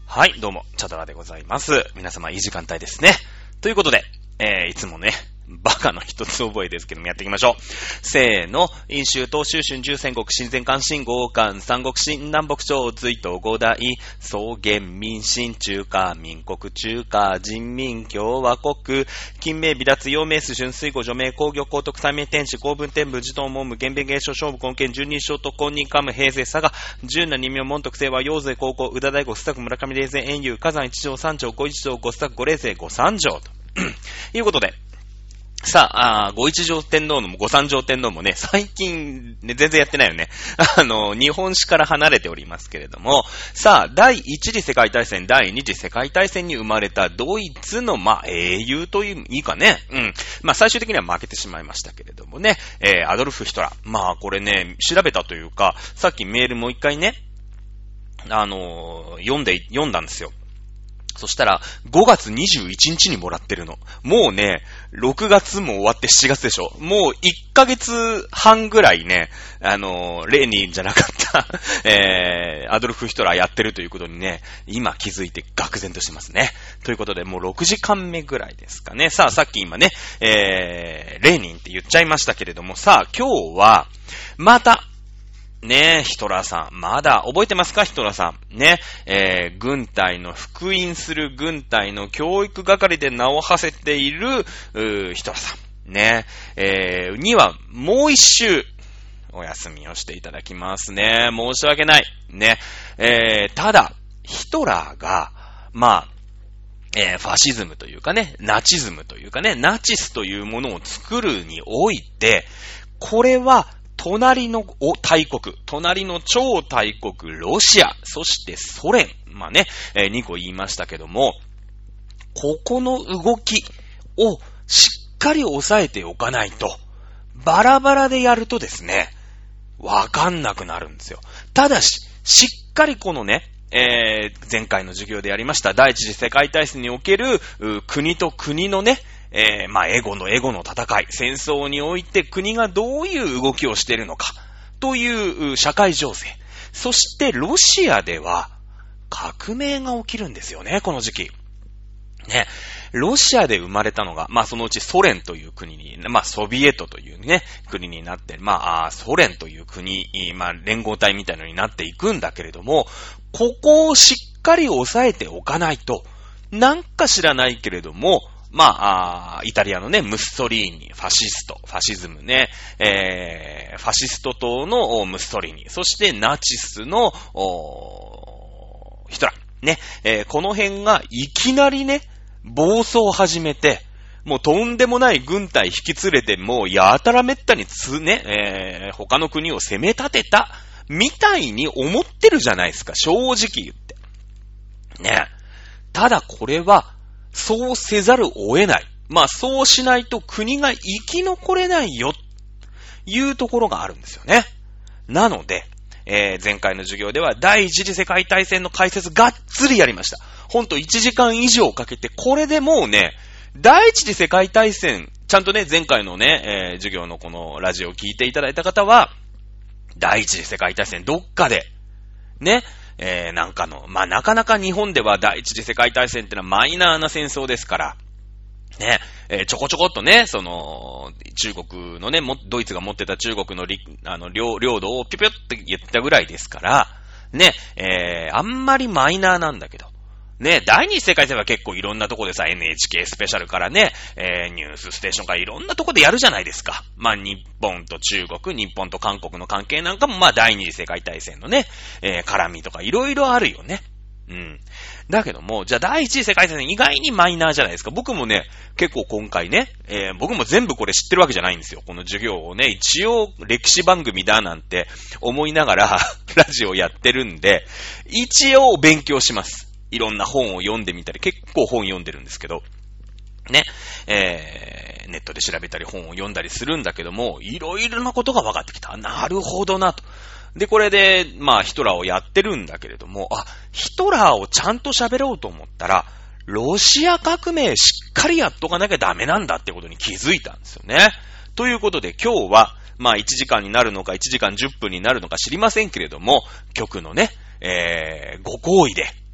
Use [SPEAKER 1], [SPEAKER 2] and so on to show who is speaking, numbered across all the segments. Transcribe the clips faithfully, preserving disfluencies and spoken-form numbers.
[SPEAKER 1] はい、どうも、チャドラでございます。皆様、いい時間帯ですね。ということで、えー、いつもね、バカの一つ覚えですけどもやっていきましょう。せーの、飲州東州春秋戦国新前漢新豪漢三国新南北朝隋東五代草原民新中華民国中華人民共和国金明美脱陽明崇春水後除名工業高徳三名天使公文天武自動文武源弁芸書勝負根検十二小特公認カム平成佐賀十七二名門徳清和陽勢高校宇田大吾須作村上霊勢遠遊火山一条三条五一条五須作五霊勢五三条ということでさあ、あご一条天皇のもご三条天皇もね、最近、ね、全然やってないよね。あの、日本史から離れておりますけれども、さあ、第一次世界大戦、第二次世界大戦に生まれたドイツの、まあ、英雄という、いいかね。うん。まあ、最終的には負けてしまいましたけれどもね、えー、アドルフ・ヒトラー。まあ、これね、調べたというか、さっきメールもう一回ね、あのー、読んで、読んだんですよ。そしたら、ごがつにじゅういちにちにもらってるの。もうね、ろくがつも終わってしちがつでしょ。もういっかげつはんぐらいね、あの、レーニンじゃなかった、えー、アドルフ・ヒトラーやってるということにね、今気づいて愕然としてますね。ということで、もうろくじかんめぐらいですかね。さあ、さっき今ね、えー、レーニンって言っちゃいましたけれども、さあ、今日は、また、ねえ、ヒトラーさん。まだ、覚えてますかヒトラーさん。ね、えー、軍隊の復員する軍隊の教育係で名を馳せている、ヒトラーさん。ね、えー、にはもう一週、お休みをしていただきますね。申し訳ない。ね、えー、ただ、ヒトラーが、まあ、えー、ファシズムというかね、ナチズムというかね、ナチスというものを作るにおいて、これは、隣の大国、隣の超大国ロシア、そしてソ連、まあね、えー、にこ言いましたけども、ここの動きをしっかり抑えておかないと、バラバラでやるとですね、わかんなくなるんですよ。ただし、しっかりこのね、えー、前回の授業でやりました第一次世界大戦における国と国のね、えー、まあ、エゴのエゴの戦い、戦争において国がどういう動きをしているのか、という社会情勢。そしてロシアでは革命が起きるんですよね、この時期。ね。ロシアで生まれたのが、まあそのうちソ連という国に、まあソビエトというね、国になって、まあソ連という国、まあ連合体みたいなのになっていくんだけれども、ここをしっかり抑えておかないと、なんか知らないけれども、まあ、あイタリアのね、ムッソリーニ、ファシスト、ファシズムね、えー、ファシスト党のムッソリーニ、そしてナチスのヒトラー、ね、えー、この辺がいきなりね、暴走を始めて、もうとんでもない軍隊引き連れて、もうやたらめったにつね、えー、他の国を攻め立てた、みたいに思ってるじゃないですか、正直言って。ね。ただこれは、そうせざるを得ない。まあそうしないと国が生き残れないよ、いうところがあるんですよね。なので、えー、前回の授業では第一次世界大戦の解説がっつりやりました。ほんといちじかん以上かけて、これでもうね、第一次世界大戦、ちゃんとね、前回のね、えー、授業のこのラジオを聞いていただいた方は、第一次世界大戦どっかで、ね、えー、なんかの、まあ、なかなか日本では第一次世界大戦ってのはマイナーな戦争ですから、ね、えー、ちょこちょこっとね、その、中国のね、も、ドイツが持ってた中国のり、あの、領、領土をピュピュって言ったぐらいですから、ね、えー、あんまりマイナーなんだけど、ね、第二次世界大戦は結構いろんなとこでさ、エヌエイチケー スペシャルからね、えー、ニュースステーションからいろんなとこでやるじゃないですか。まあ、日本と中国、日本と韓国の関係なんかも、まあ、第二次世界大戦のね、えー、絡みとかいろいろあるよね。うん。だけども、じゃあ第一次世界大戦意外にマイナーじゃないですか。僕もね、結構今回ね、えー、僕も全部これ知ってるわけじゃないんですよ。この授業をね、一応歴史番組だなんて思いながらラジオやってるんで、一応勉強します。いろんな本を読んでみたり、結構本読んでるんですけど、ね、えー、ネットで調べたり本を読んだりするんだけども、いろいろなことが分かってきた。なるほどなと。で、これで、まあ、ヒトラーをやってるんだけれども、あ、ヒトラーをちゃんと喋ろうと思ったら、ロシア革命しっかりやっとかなきゃダメなんだってことに気づいたんですよね。ということで、今日は、まあ、いちじかんになるのか、いちじかんじゅっぷんになるのか知りませんけれども、局のね、えー、ご好意で、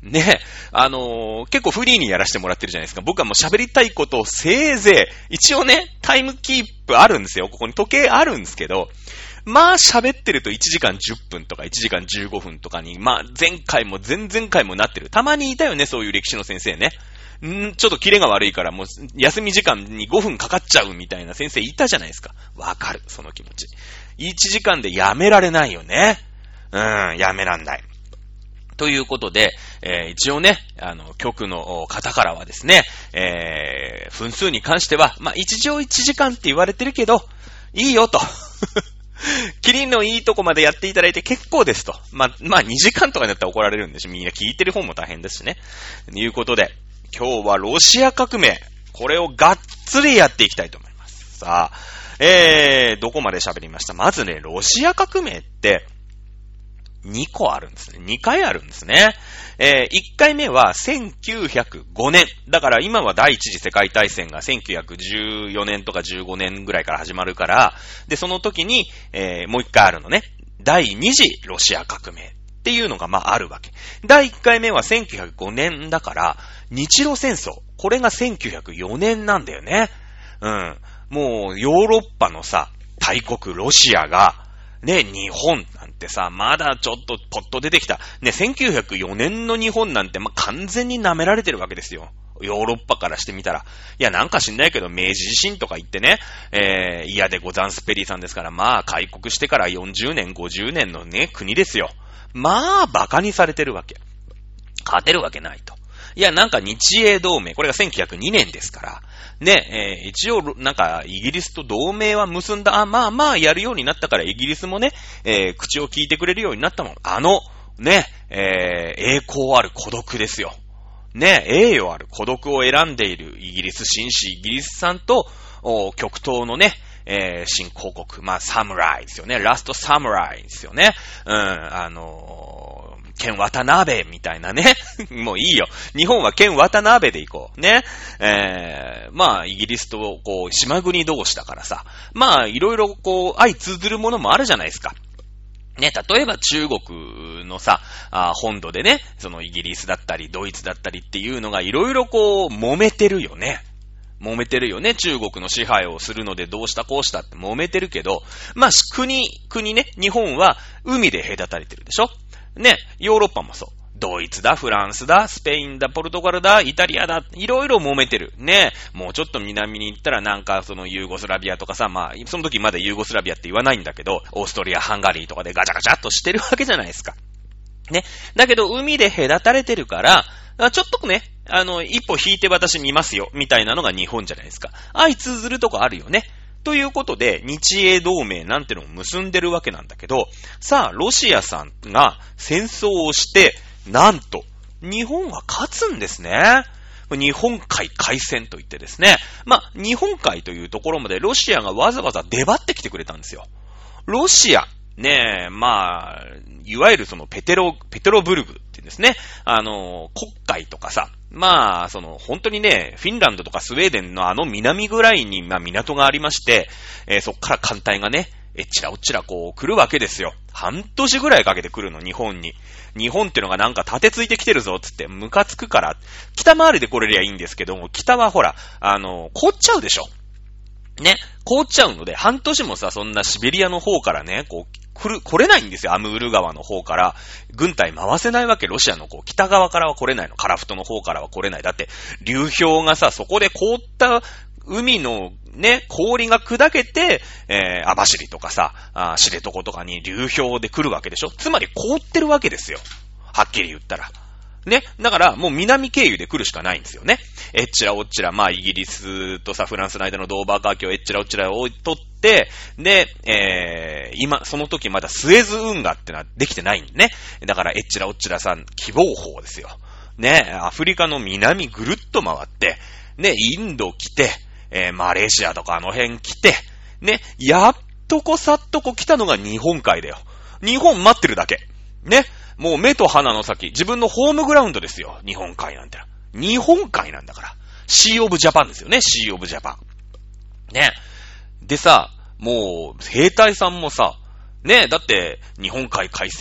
[SPEAKER 1] ね、あのー、結構フリーにやらせてもらってるじゃないですか。僕はもう喋りたいことをせいぜい、一応ね、タイムキープあるんですよ。ここに時計あるんですけど、まあ喋ってるといちじかんじゅっぷんとかいちじかんじゅうごふんとかに、まあ前回も前々回もなってる。たまにいたよね、そういう歴史の先生ね。んちょっとキレが悪いからもう休み時間にごふんかかっちゃうみたいな先生いたじゃないですか。わかる、その気持ち。いちじかんでやめられないよね。うん、やめらんない。ということで、えー、一応ね、あの、局の方からはですね、えー、分数に関しては、まあ、一応いちじかんって言われてるけど、いいよと。キリのいいとこまでやっていただいて結構ですと。まあ、まあ、にじかんとかだったら怒られるんですし、みんな聞いてる方も大変ですしね。ということで、今日はロシア革命。これをがっつりやっていきたいと思います。さあ、えー、どこまで喋りました？まずね、ロシア革命って、にこあるんですね。にかいあるんですね。えー、いっかいめはせんきゅうひゃくごねん。だから今は第一次世界大戦がせんきゅうひゃくじゅうよねんとかじゅうごねんぐらいから始まるから、で、その時に、えー、もういっかいあるのね。第二次ロシア革命っていうのがまああるわけ。だいいっかいめはせんきゅうひゃくごねんだから、日露戦争。これがせんきゅうひゃくよねんなんだよね。うん。もうヨーロッパのさ、大国ロシアが、ね、日本なんてさ、まだちょっとポッと出てきた。ね、せんきゅうひゃくよねんの日本なんて、まあ、完全に舐められてるわけですよ。ヨーロッパからしてみたら。いや、なんか知んないけど、明治地震とか言ってね、えー、嫌でござんすペリーさんですから、まあ、開国してからよんじゅうねん、ごじゅうねんのね、国ですよ。まあ、馬鹿にされてるわけ。勝てるわけないと。いや、なんか日英同盟、これがせんきゅうひゃくにねんですから、ね、えー、一応、なんか、イギリスと同盟は結んだ、あ、まあまあ、やるようになったから、イギリスもね、えー、口を聞いてくれるようになったもん。あの、ね、えー、栄光ある孤独ですよ。ね、栄誉ある孤独を選んでいるイギリス、紳士イギリスさんと、極東のね、えー、新興国、まあ、サムライですよね。ラストサムライですよね。うん、あのー、剣渡辺みたいなね。もういいよ。日本は剣渡辺で行こう。ね。えー、まあ、イギリスと、こう、島国同士だからさ。まあ、いろいろ、こう、相通ずるものもあるじゃないですか。ね、例えば中国のさ、あ本土でね、そのイギリスだったり、ドイツだったりっていうのがいろいろこう、揉めてるよね。揉めてるよね。中国の支配をするのでどうしたこうしたって揉めてるけど、まあ、国、国ね、日本は海で隔たれてるでしょ？ね、ヨーロッパもそう。ドイツだ、フランスだ、スペインだ、ポルトガルだ、イタリアだ、いろいろ揉めてる。ね。もうちょっと南に行ったらなんかそのユーゴスラビアとかさ、まあ、その時まだユーゴスラビアって言わないんだけど、オーストリア、ハンガリーとかでガチャガチャっとしてるわけじゃないですか。ね。だけど海で隔たれてるから、ちょっとね、あの、一歩引いて私見ますよ、みたいなのが日本じゃないですか。相通ずるとこあるよね。ということで、日英同盟なんてのを結んでるわけなんだけど、さあ、ロシアさんが戦争をして、なんと、日本は勝つんですね。日本海海戦といってですね。まあ、日本海というところまでロシアがわざわざ出張ってきてくれたんですよ。ロシア、ねえ、まあ、いわゆるそのペテロ、ペテロブルグって言うんですね。あの、黒海とかさ、まあ、その、本当にね、フィンランドとかスウェーデンのあの南ぐらいに、まあ、港がありまして、えー、そっから艦隊がね、えっちらおっちらこう来るわけですよ。半年ぐらいかけて来るの、日本に。日本ってのがなんか立てついてきてるぞ、つって、ムカつくから、北回りで来れりゃいいんですけども、北はほら、あの、凍っちゃうでしょ。ね、凍っちゃうので、半年もさ、そんなシベリアの方からね、こう、来る、来れないんですよ。アムール川の方から、軍隊回せないわけ。ロシアのこう、北側からは来れないの。カラフトの方からは来れない。だって、流氷がさ、そこで凍った海のね、氷が砕けて、えー、網走とかさ、あ知床とかに流氷で来るわけでしょ。つまり凍ってるわけですよ。はっきり言ったら。ね。だから、もう南経由で来るしかないんですよね。えっちらおっちら、まあ、イギリスとさ、フランスの間のドーバー海峡をえっちらおっちらを取って、で、えー、今、その時まだスエズ運河ってのはできてないんでね。だから、えっちらおっちらさん、希望法ですよ。ね。アフリカの南ぐるっと回って、ね、インド来て、えー、マレーシアとかあの辺来て、ね、やっとこさっとこ来たのが日本海だよ。日本待ってるだけ。ね。もう目と鼻の先、自分のホームグラウンドですよ。日本海なんて。日本海なんだから。シーオブジャパンですよね。シーオブジャパン。ね。でさ、もう、兵隊さんもさ、ね、だって、日本海海戦、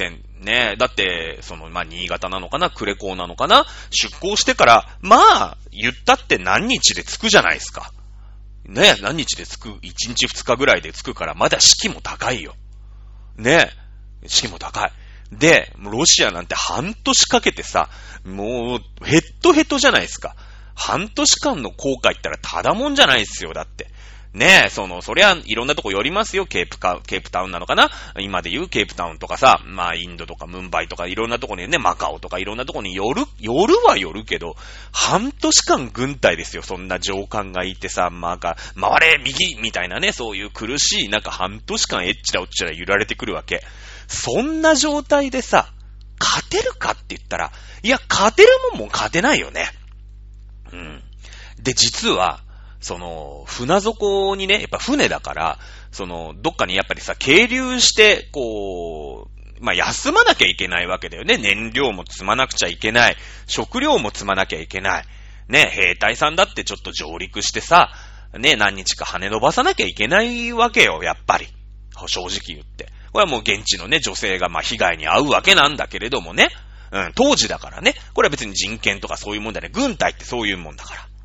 [SPEAKER 1] ねえ、だって、その、まあ、新潟なのかな、呉港なのかな、出港してから、まあ、言ったって何日で着くじゃないですか。ねえ、何日で着く、いちにちふつかぐらいで着くから、まだ士気も高いよ。ねえ、士気も高い。で、ロシアなんて半年かけてさ、もう、ヘッドヘッドじゃないですか。半年間の航海ったらただもんじゃないですよ、だって。ねえ、その、そりゃ、いろんなとこ寄りますよ、ケープか、ケープタウンなのかな、今で言うケープタウンとかさ、まあ、インドとかムンバイとかいろんなとこにね、マカオとかいろんなとこに寄る、寄るは寄るけど、半年間軍隊ですよ、そんな上官がいてさ、まあ、回れ、右みたいなね、そういう苦しい、なんか半年間エッチラおっちら揺られてくるわけ。そんな状態でさ、勝てるかって言ったら、いや、勝てるもんも勝てないよね。うん。で、実は、その、船底にね、やっぱ船だから、その、どっかにやっぱりさ、係留して、こう、まあ、休まなきゃいけないわけだよね。燃料も積まなくちゃいけない。食料も積まなきゃいけない。ね、兵隊さんだってちょっと上陸してさ、ね、何日か羽伸ばさなきゃいけないわけよ、やっぱり。正直言って。これはもう現地のね、女性がまあ被害に遭うわけなんだけれどもね。うん、当時だからね。これは別に人権とかそういうもんだね。軍隊ってそういうもんだから。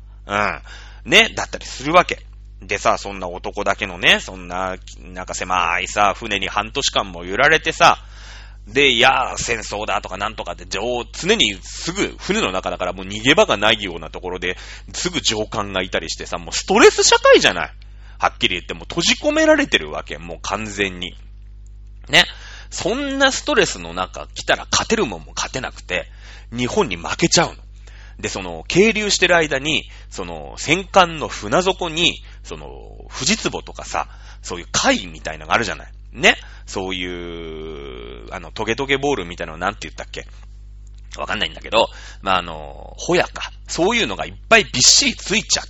[SPEAKER 1] うん。ね、だったりするわけ。でさ、そんな男だけのね、そんな、なんか狭いさ、船に半年間も揺られてさ、で、いや、戦争だとかなんとかって、常にすぐ船の中だからもう逃げ場がないようなところで、すぐ上官がいたりしてさ、もうストレス社会じゃない。はっきり言ってもう閉じ込められてるわけ。もう完全に。ね。そんなストレスの中来たら勝てるもんも勝てなくて、日本に負けちゃうの。で、その、係留してる間に、その、戦艦の船底に、その、富士壺とかさ、そういう貝みたいなのがあるじゃない。ね。そういう、あの、トゲトゲボールみたいなのなんて言ったっけわかんないんだけど、まあ、あの、ホヤか。そういうのがいっぱいびっしりついちゃって、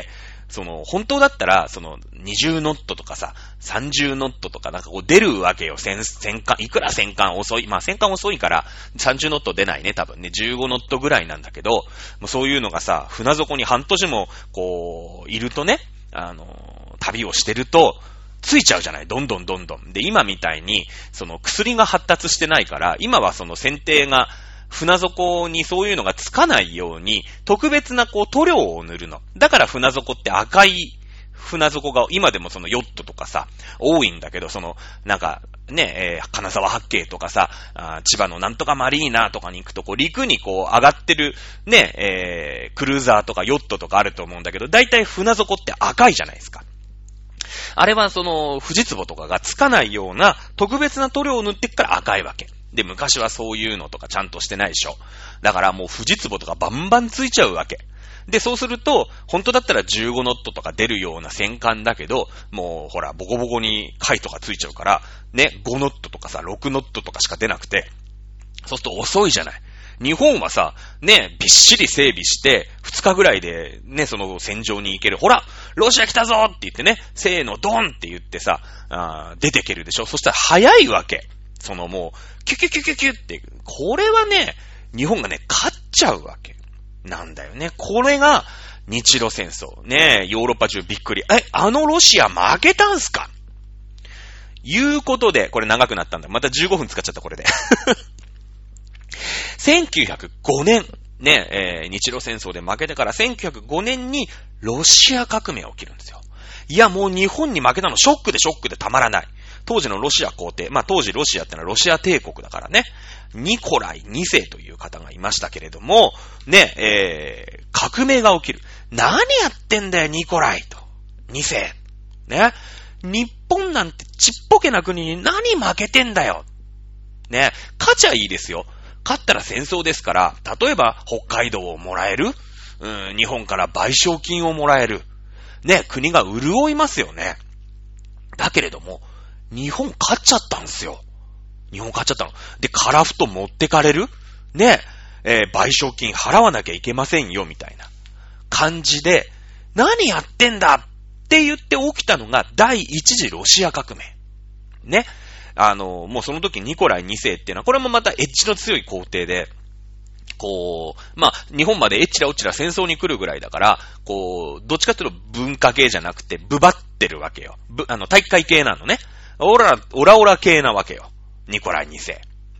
[SPEAKER 1] その、本当だったら、その、にじゅうノットとかさ、さんじゅうノットとかなんかこう出るわけよ。戦、戦艦、いくら戦艦遅い。まあ戦艦遅いから、さんじゅうノット出ないね、多分ね。じゅうごノットぐらいなんだけど、もうそういうのがさ、船底に半年も、こう、いるとね、あの、旅をしてると、ついちゃうじゃない。どんどんどんどん。で、今みたいに、その薬が発達してないから、今はその船底が、船底にそういうのがつかないように、特別なこう塗料を塗るの。だから船底って赤い船底が、今でもそのヨットとかさ、多いんだけど、その、なんか、ね、えー、金沢八景とかさ、あ千葉のなんとかマリーナとかに行くと、こう陸にこう上がってる、ね、えー、クルーザーとかヨットとかあると思うんだけど、だいたい船底って赤いじゃないですか。あれはその、富士壺とかがつかないような特別な塗料を塗ってっから赤いわけ。で、昔はそういうのとかちゃんとしてないでしょ。だからもう富士壺とかバンバンついちゃうわけ。で、そうすると、本当だったらじゅうごノットとか出るような戦艦だけど、もうほら、ボコボコに貝とかついちゃうから、ね、ごノットとかさ、ろくノットとかしか出なくて、そうすると遅いじゃない。日本はさ、ね、びっしり整備して、ふつかぐらいで、ね、その戦場に行ける。ほら、ロシア来たぞって言ってね、せーの、ドンって言ってさ、あ出てけるでしょ。そしたら早いわけ。そのもう、キュキュキュキュキュって、これはね、日本がね、勝っちゃうわけ。なんだよね。これが、日露戦争。ね、ヨーロッパ中びっくり。え、あのロシア負けたんすかいうことで、これ長くなったんだ。またじゅうごふん使っちゃった、これで。せんきゅうひゃくごねん、ね、えー、日露戦争で負けてからせんきゅうひゃくごねんにロシア革命が起きるんですよ。いや、もう日本に負けたのショックでショックでたまらない。当時のロシア皇帝、まあ当時ロシアってのはロシア帝国だからね、ニコライにせいという方がいましたけれども、ね、えー、革命が起きる。何やってんだよ、ニコライと。にせい。ね。日本なんてちっぽけな国に何負けてんだよ。ね。勝ちゃいいですよ。勝ったら戦争ですから、例えば北海道をもらえる、うん、日本から賠償金をもらえる。ね、国が潤いますよね。だけれども、日本勝っちゃったんですよ。日本勝っちゃったの。で、カラフト持ってかれるね、えー、賠償金払わなきゃいけませんよ、みたいな感じで、何やってんだって言って起きたのが第一次ロシア革命。ね。あの、もうその時ニコライにせいっていうのは、これもまたエッジの強い皇帝で、こう、まあ、日本までエッチラオチラ戦争に来るぐらいだから、こう、どっちかっていうと文化系じゃなくて、ブバってるわけよ。ぶ、あの、体育会系なのね。オラ、オラオラ系なわけよ。ニコライにせい。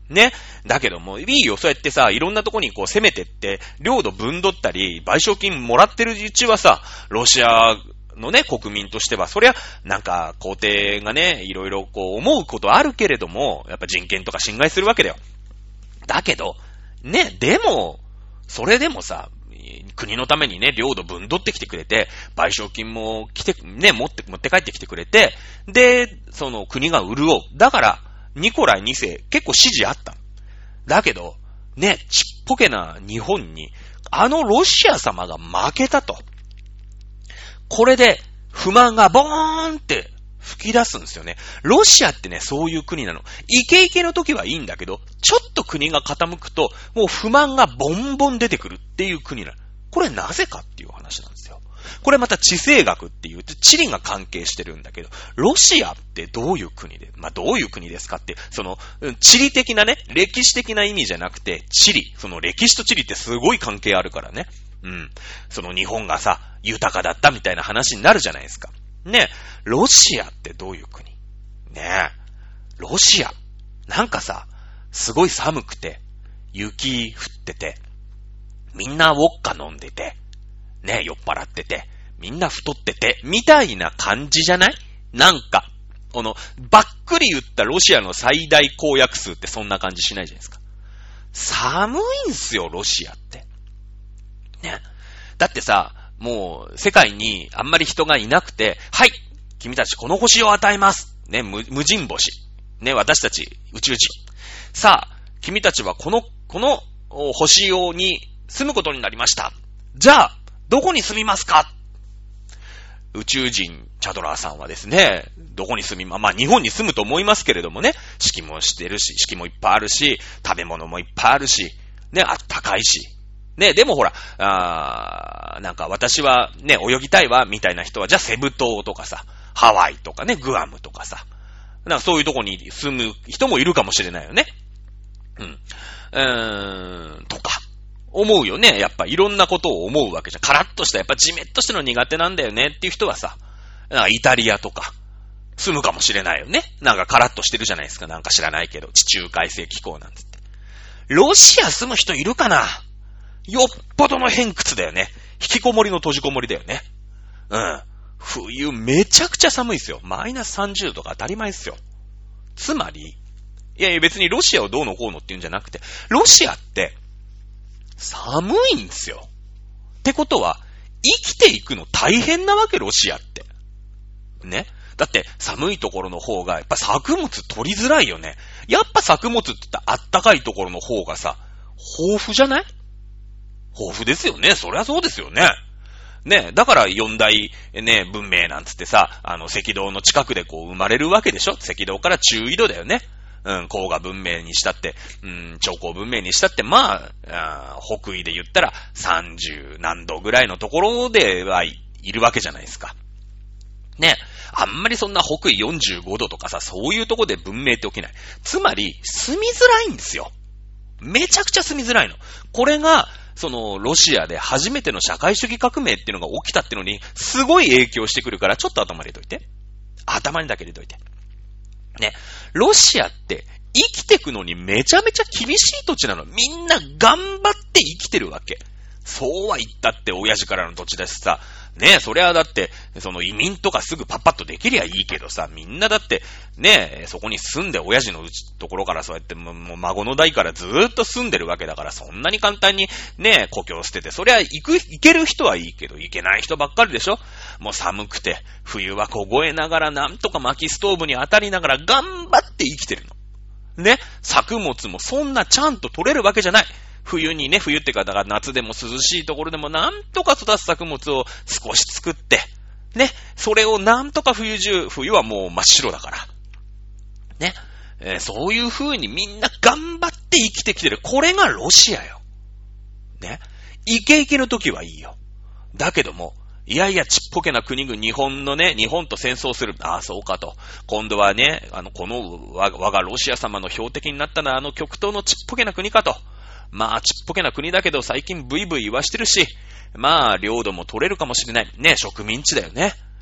[SPEAKER 1] ね。だけども、いいよ、そうやってさ、いろんなとこにこう攻めてって、領土分取ったり、賠償金もらってるうちはさ、ロシアのね、国民としては、そりゃ、なんか、皇帝がね、いろいろこう思うことあるけれども、やっぱ人権とか侵害するわけだよ。だけど、ね、でも、それでもさ、国のためにね、領土分取ってきてくれて、賠償金も来て、ね、持って、持って帰ってきてくれて、で、その国が潤う。だから、ニコライに世、結構支持あった。だけど、ね、ちっぽけな日本に、あのロシア様が負けたと。これで、不満がボーンって吹き出すんですよね。ロシアってね、そういう国なの。イケイケの時はいいんだけど、ちょっと国が傾くと、もう不満がボンボン出てくるっていう国なの。これなぜかっていう話なんですよ。これまた地政学っていう、地理が関係してるんだけど、ロシアってどういう国で、まあどういう国ですかって、その、地理的なね、歴史的な意味じゃなくて、地理、その歴史と地理ってすごい関係あるからね。うん。その日本がさ、豊かだったみたいな話になるじゃないですか。ね。ロシアってどういう国？ね。ロシア。なんかさ、すごい寒くて、雪降ってて、みんなウォッカ飲んでて、ね、酔っ払ってて、みんな太ってて、みたいな感じじゃない？なんか、この、ばっくり言ったロシアの最大公約数ってそんな感じしないじゃないですか。寒いんすよ、ロシアって。ね。だってさ、もう、世界にあんまり人がいなくて、はい、君たちこの星を与えます。ね、無、無人星。ね、私たち宇宙人。さあ、君たちはこの、この星をに住むことになりました。じゃあ、どこに住みますか？宇宙人チャドラーさんはですね、どこに住みま、まあ日本に住むと思いますけれどもね、式もしてるし、式もいっぱいあるし、食べ物もいっぱいあるし、ね、あったかいし。ね、でもほら、あーなんか私はね、泳ぎたいわ、みたいな人は、じゃあセブ島とかさ、ハワイとかね、グアムとかさ、なんかそういうとこに住む人もいるかもしれないよね。うん。うーん、とか。思うよね。やっぱいろんなことを思うわけじゃん。カラッとした、やっぱジメッとしての苦手なんだよねっていう人はさ、なんかイタリアとか住むかもしれないよね。なんかカラッとしてるじゃないですか。なんか知らないけど。地中海性気候なんつって。ロシア住む人いるかな？よっぽどの偏屈だよね。引きこもりの閉じこもりだよね。うん。冬めちゃくちゃ寒いですよ。マイナスさんじゅうどが当たり前ですよ。つまり、いやいや別にロシアをどうのこうのっていうんじゃなくて、ロシアって寒いんですよ。ってことは、生きていくの大変なわけ、ロシアって。ね。だって寒いところの方がやっぱ作物取りづらいよね。やっぱ作物って言ったらあったかいところの方がさ、豊富じゃない？豊富ですよね。そりゃそうですよね。ね。だから四大ね、文明なんつってさ、あの赤道の近くでこう生まれるわけでしょ。赤道から中緯度だよね。うん、黄河文明にしたって、うん、長江文明にしたって、まあ、あ北緯で言ったらさんじゅうなんどぐらいのところではいるわけじゃないですか。ね。あんまりそんな北緯よんじゅうごどとかさ、そういうとこで文明って起きない。つまり、住みづらいんですよ。めちゃくちゃ住みづらいの。これが、その、ロシアで初めての社会主義革命っていうのが起きたっていうのに、すごい影響してくるから、ちょっと頭に入れといて。頭にだけ入れといて。ね。ロシアって、生きてくのにめちゃめちゃ厳しい土地なの。みんな頑張って生きてるわけ。そうは言ったって親父からの土地だしさ、ねえ、そりゃだって、その移民とかすぐパッパッとできりゃいいけどさ、みんなだって、ねえ、そこに住んで親父のところからそうやってもう孫の代からずーっと住んでるわけだから、そんなに簡単にねえ、故郷捨てて、そりゃ行く、行ける人はいいけど、行けない人ばっかりでしょ？もう寒くて、冬は凍えながらなんとか薪ストーブに当たりながら頑張って生きてるの。ね、作物もそんなちゃんと取れるわけじゃない。冬にね、冬ってか、だから夏でも涼しいところでもなんとか育つ作物を少し作って、ね、それをなんとか冬中、冬はもう真っ白だから。ね、えー、そういう風にみんな頑張って生きてきてる。これがロシアよ。ね、イケイケの時はいいよ。だけども、いやいや、ちっぽけな国々、日本のね、日本と戦争する。ああ、そうかと。今度はね、あの、この我がロシア様の標的になったのはあの極東のちっぽけな国かと。まあ、ちっぽけな国だけど、最近ブイブイ言わしてるし、まあ、領土も取れるかもしれない。ね、植民地だよね。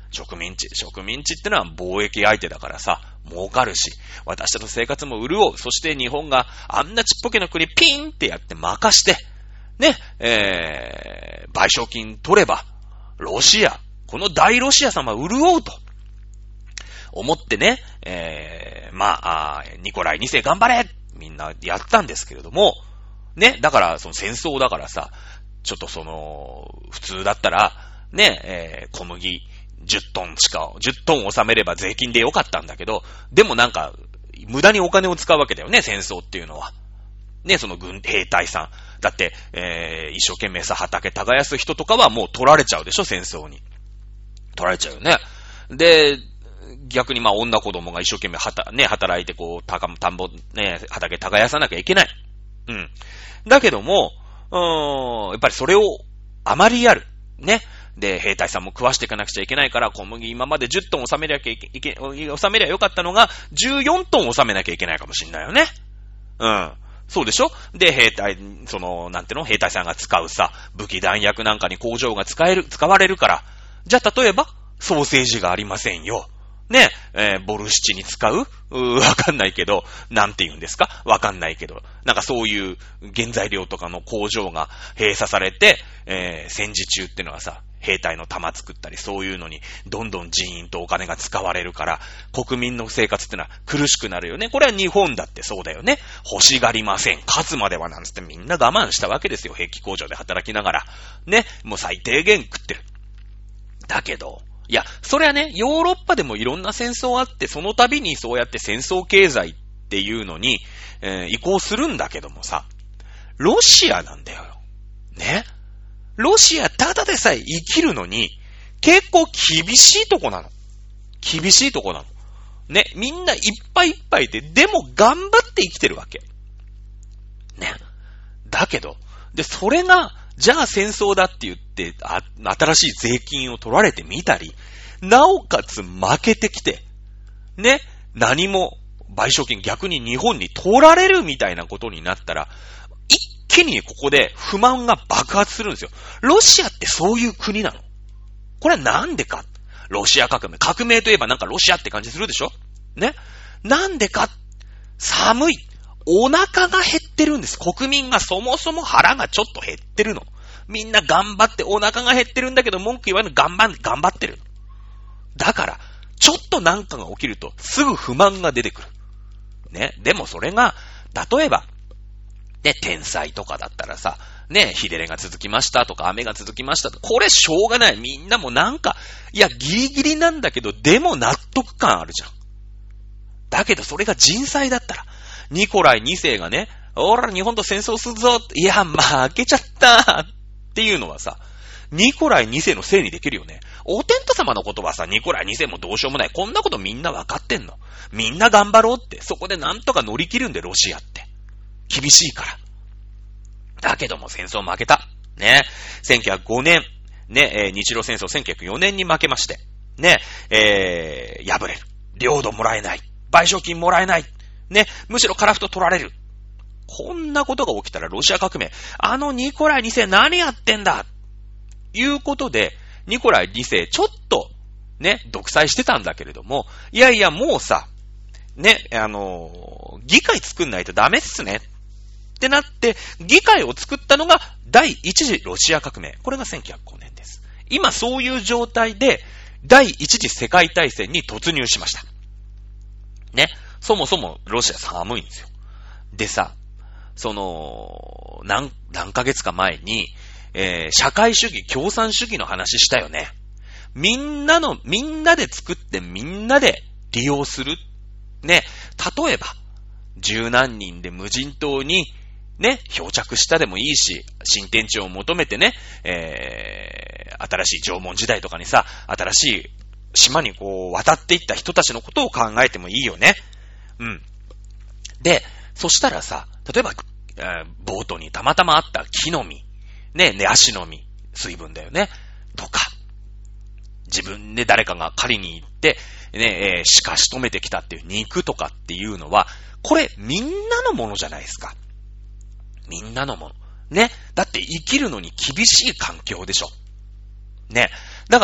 [SPEAKER 1] 植民地。植民地ってのは貿易相手だからさ、儲かるし、私たちの生活も潤う。そして日本があんなちっぽけな国ピンってやって任して、ね、えー、賠償金取れば、ロシア、この大ロシア様潤うと思ってね、えー、まあ、あニコライに世頑張れみんなやったんですけれども、ね、だからその戦争だからさ、ちょっとその、普通だったら、ね、えー、小麦じゅっトンしか、じゅっトン納めれば税金でよかったんだけど、でもなんか、無駄にお金を使うわけだよね、戦争っていうのは。ね、その軍、兵隊さん。だって、えー、一生懸命さ、畑耕す人とかはもう取られちゃうでしょ、戦争に。取られちゃうよね。で、逆にまあ女子供が一生懸命はた、ね、働いてこう、たか、田んぼ、ね、畑耕さなきゃいけない。うん。だけども、うーん、やっぱりそれをあまりやる。ね。で、兵隊さんも食わしていかなくちゃいけないから、小麦今までじゅっトン納めなきゃいけ、いけ、納めりゃよかったのが、じゅうよんトン納めなきゃいけないかもしんないよね。うん。そうでしょ？で、兵隊、その、なんていうの？兵隊さんが使うさ、武器弾薬なんかに工場が使える、使われるから。じゃあ、例えば、ソーセージがありませんよ。ね、えー、ボルシチに使う？うー、わかんないけど、なんて言うんですか？わかんないけど、なんかそういう原材料とかの工場が閉鎖されて、えー、戦時中ってのはさ、兵隊の弾作ったりそういうのにどんどん人員とお金が使われるから国民の生活ってのは苦しくなるよね。これは日本だってそうだよね。欲しがりません。勝つまではなんつってみんな我慢したわけですよ。兵器工場で働きながら。ね。もう最低限食ってる。だけど、いや、それはね、ヨーロッパでもいろんな戦争あって、その度にそうやって戦争経済っていうのに、えー、移行するんだけどもさ、ロシアなんだよ。ね。ロシアただでさえ生きるのに結構厳しいとこなの。厳しいとこなの。ね。みんないっぱいいっぱいで、でも頑張って生きてるわけ。ね。だけど、で、それが、じゃあ戦争だって言って、あ、新しい税金を取られてみたり、なおかつ負けてきて、ね。何も賠償金逆に日本に取られるみたいなことになったら、一気にここで不満が爆発するんですよ。ロシアってそういう国なの。これはなんでか。ロシア革命。革命といえばなんかロシアって感じするでしょ？ね。なんでか。寒い。お腹が減ってるんです。国民がそもそも腹がちょっと減ってるの。みんな頑張ってお腹が減ってるんだけど文句言わぬ頑張、頑張ってる。だから、ちょっとなんかが起きるとすぐ不満が出てくる。ね。でもそれが、例えば、ね、天災とかだったらさ、ね、日照れが続きましたとか雨が続きましたとか、これしょうがない。みんなもなんか、いや、ギリギリなんだけど、でも納得感あるじゃん。だけどそれが人災だったら、ニコライに世がね、おら、日本と戦争するぞ、いや、負けちゃったっていうのはさ、ニコライに世のせいにできるよね。お天道様のことはさ、ニコライに世もどうしようもない。こんなことみんなわかってんの。みんな頑張ろうって、そこでなんとか乗り切るんで、ロシアって。厳しいから。だけども戦争負けた。ね。せんきゅうひゃくごねん。ね、えー、日露戦争せんきゅうひゃくよねんに負けまして。ね、えー、敗れる。領土もらえない。賠償金もらえない。ね、むしろ樺太取られる。こんなことが起きたらロシア革命。あのニコライに世何やってんだいうことで、ニコライに世ちょっと、ね、独裁してたんだけれども、いやいやもうさ、ね、あのー、議会作んないとダメっすね。ってなって、議会を作ったのが第一次ロシア革命。これがせんきゅうひゃくごねんです。今そういう状態で第一次世界大戦に突入しました。ね。そもそもロシア寒いんですよ。でさ、その、何、何ヶ月か前に、えー、社会主義、共産主義の話したよね。みんなの、みんなで作ってみんなで利用する。ね。例えば、十何人で無人島にね、漂着したでもいいし、新天地を求めてね、えー、新しい縄文時代とかにさ、新しい島にこう渡っていった人たちのことを考えてもいいよね。うん。で、そしたらさ、例えば、えー、ボートにたまたまあった木の実、ね、ね、足の実、水分だよね、とか、自分で誰かが狩りに行って、ね、えー、鹿仕留めてきたっていう肉とかっていうのは、これみんなのものじゃないですか。みんなのもの。ね。だって生きるのに厳しい環境でしょ。ね。だから、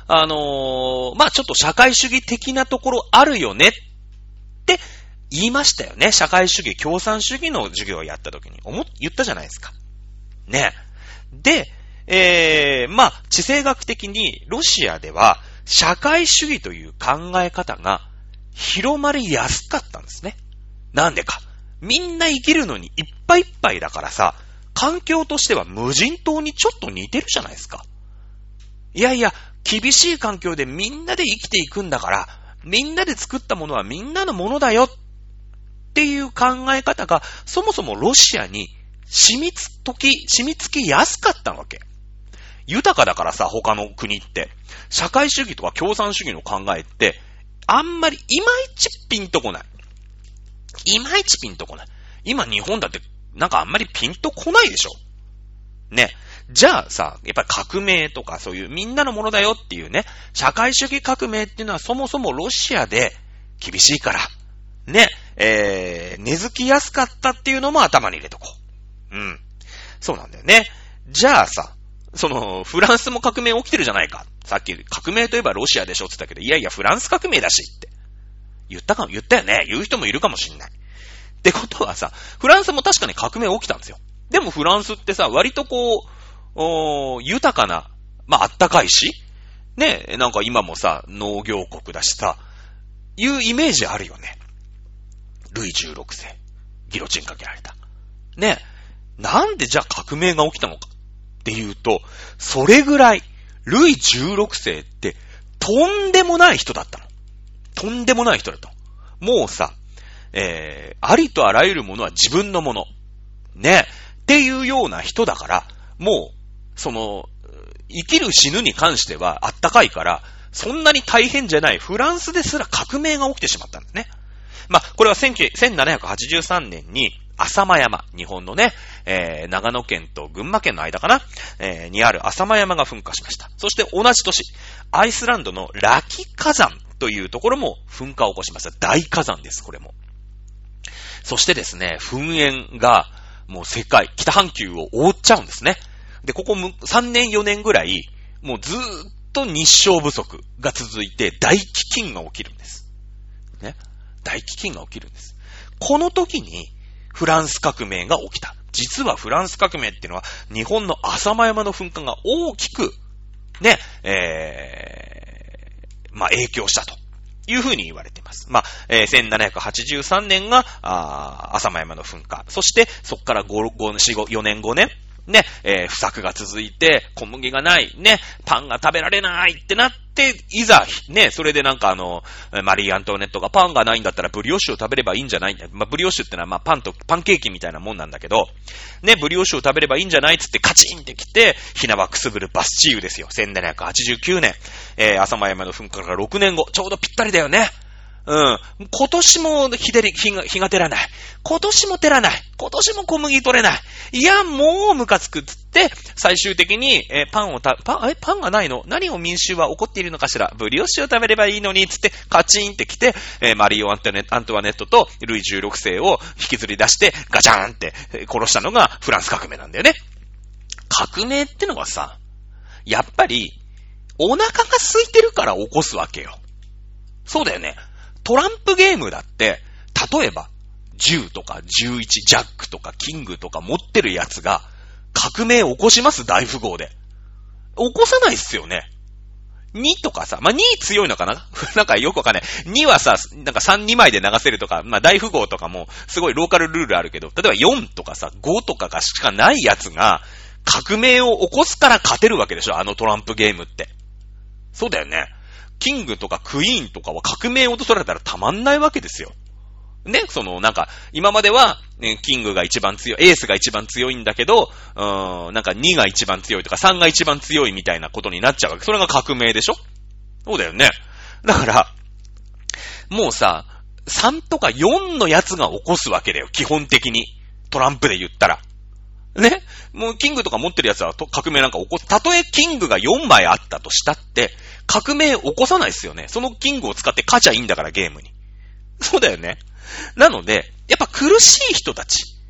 [SPEAKER 1] あのー、まあちょっと社会主義的なところあるよねって言いましたよね。社会主義、共産主義の授業をやった時に思っ、言ったじゃないですか。ね。で、えー、まあ地政学的にロシアでは社会主義という考え方が広まりやすかったんですね。なんでか。みんな生きるのにいっぱいいっぱいだからさ、環境としては無人島にちょっと似てるじゃないですか。いやいや、厳しい環境でみんなで生きていくんだから、みんなで作ったものはみんなのものだよっていう考え方がそもそもロシアに染みつとき、染みつきやすかったわけ。豊かだからさ、他の国って。社会主義とか共産主義の考えって、あんまりいまいちピンとこない。いまいちピンとこない。今日本だってなんかあんまりピンとこないでしょ。ね。じゃあさ、やっぱり革命とかそういうみんなのものだよっていうね、社会主義革命っていうのはそもそもロシアで厳しいから、ね、えー、根付きやすかったっていうのも頭に入れとこう。うん。そうなんだよね。じゃあさ、その、フランスも革命起きてるじゃないか。さっき革命といえばロシアでしょって言ったけど、いやいやフランス革命だしって。言ったかも、言ったよね。言う人もいるかもしんない。ってことはさ、フランスも確かに革命起きたんですよ。でもフランスってさ、割とこう、お豊かな、まああったかいし、ね、なんか今もさ、農業国だしさ、いうイメージあるよね。ルイじゅうろくせい、ギロチンかけられた。ね、なんでじゃあ革命が起きたのかっていうと、それぐらい、ルイじゅうろくせいって、とんでもない人だったの。とんでもない人だったの。もうさ、えー、ありとあらゆるものは自分のもの。ね。っていうような人だから、もう、その、生きる死ぬに関してはあったかいから、そんなに大変じゃないフランスですら革命が起きてしまったんですね。まあ、これはせんななひゃくはちじゅうさんねんに浅間山、日本のね、えー、長野県と群馬県の間かな、えー、にある浅間山が噴火しました。そして同じ年、アイスランドのラキ火山というところも噴火を起こしました。大火山です、これも。そしてですね、噴煙がもう世界、北半球を覆っちゃうんですね。で、ここさんねんよねんぐらい、もうずーっと日照不足が続いて大飢饉が起きるんです。ね。大飢饉が起きるんです。この時にフランス革命が起きた。実はフランス革命っていうのは日本の浅間山の噴火が大きくね、えー、まあ影響したというふうに言われています。まあ、えー、せんななひゃくはちじゅうさんねんがあ浅間山の噴火。そしてそこからご、ご、よねんごねんね、えー、不作が続いて、小麦がない、ね、パンが食べられないってなって、いざ、ね、それでなんかあの、マリー・アントワネットがパンがないんだったらブリオッシュを食べればいいんじゃないんだ。まあ、ブリオッシュってのはまあパンと、パンケーキみたいなもんなんだけど、ね、ブリオッシュを食べればいいんじゃないっつってカチンってきて、ひなわくすぶるバスチーユですよ。せんななひゃくはちじゅうきゅうねん、えー、浅間山の噴火からろくねんご、ちょうどぴったりだよね。うん。今年も日照り、日が、日が照らない。今年も照らない。今年も小麦取れない。いや、もうムカつくっつって、最終的に、えー、パンをた、パン、え、パンがないの？何を民衆は怒っているのかしら？ブリオッシュを食べればいいのに、つって、カチンってきて、えー、マリオ・アントネ、アントワネットとルイじゅうろくせいを引きずり出して、ガチャーンって殺したのがフランス革命なんだよね。革命ってのはさ、やっぱり、お腹が空いてるから起こすわけよ。そうだよね。トランプゲームだって、例えば、じゅうとかじゅういち、ジャックとかキングとか持ってるやつが、革命起こします？大富豪で。起こさないっすよね。にとかさ、まあ、に強いのかななんかよくわかんない。にはさ、なんかさん、にまいで流せるとか、まあ、大富豪とかも、すごいローカルルールあるけど、例えばよんとかさ、ごとかがしかないやつが、革命を起こすから勝てるわけでしょ、あのトランプゲームって。そうだよね。キングとかクイーンとかは革命を落とされたらたまんないわけですよ。ね、そのなんか今までは、ね、キングが一番強い、エースが一番強いんだけど、うーん、なんかにが一番強いとかさんが一番強いみたいなことになっちゃうわけ。それが革命でしょ？そうだよね。だからもうさ、さんとかよんのやつが起こすわけだよ。基本的にトランプで言ったら。ね、もうキングとか持ってるやつは革命なんか起こす。たとえキングがよんまいあったとしたって、革命起こさないですよね。そのキングを使って勝ちゃいいんだからゲームに。そうだよね。なので、やっぱ苦しい人たち。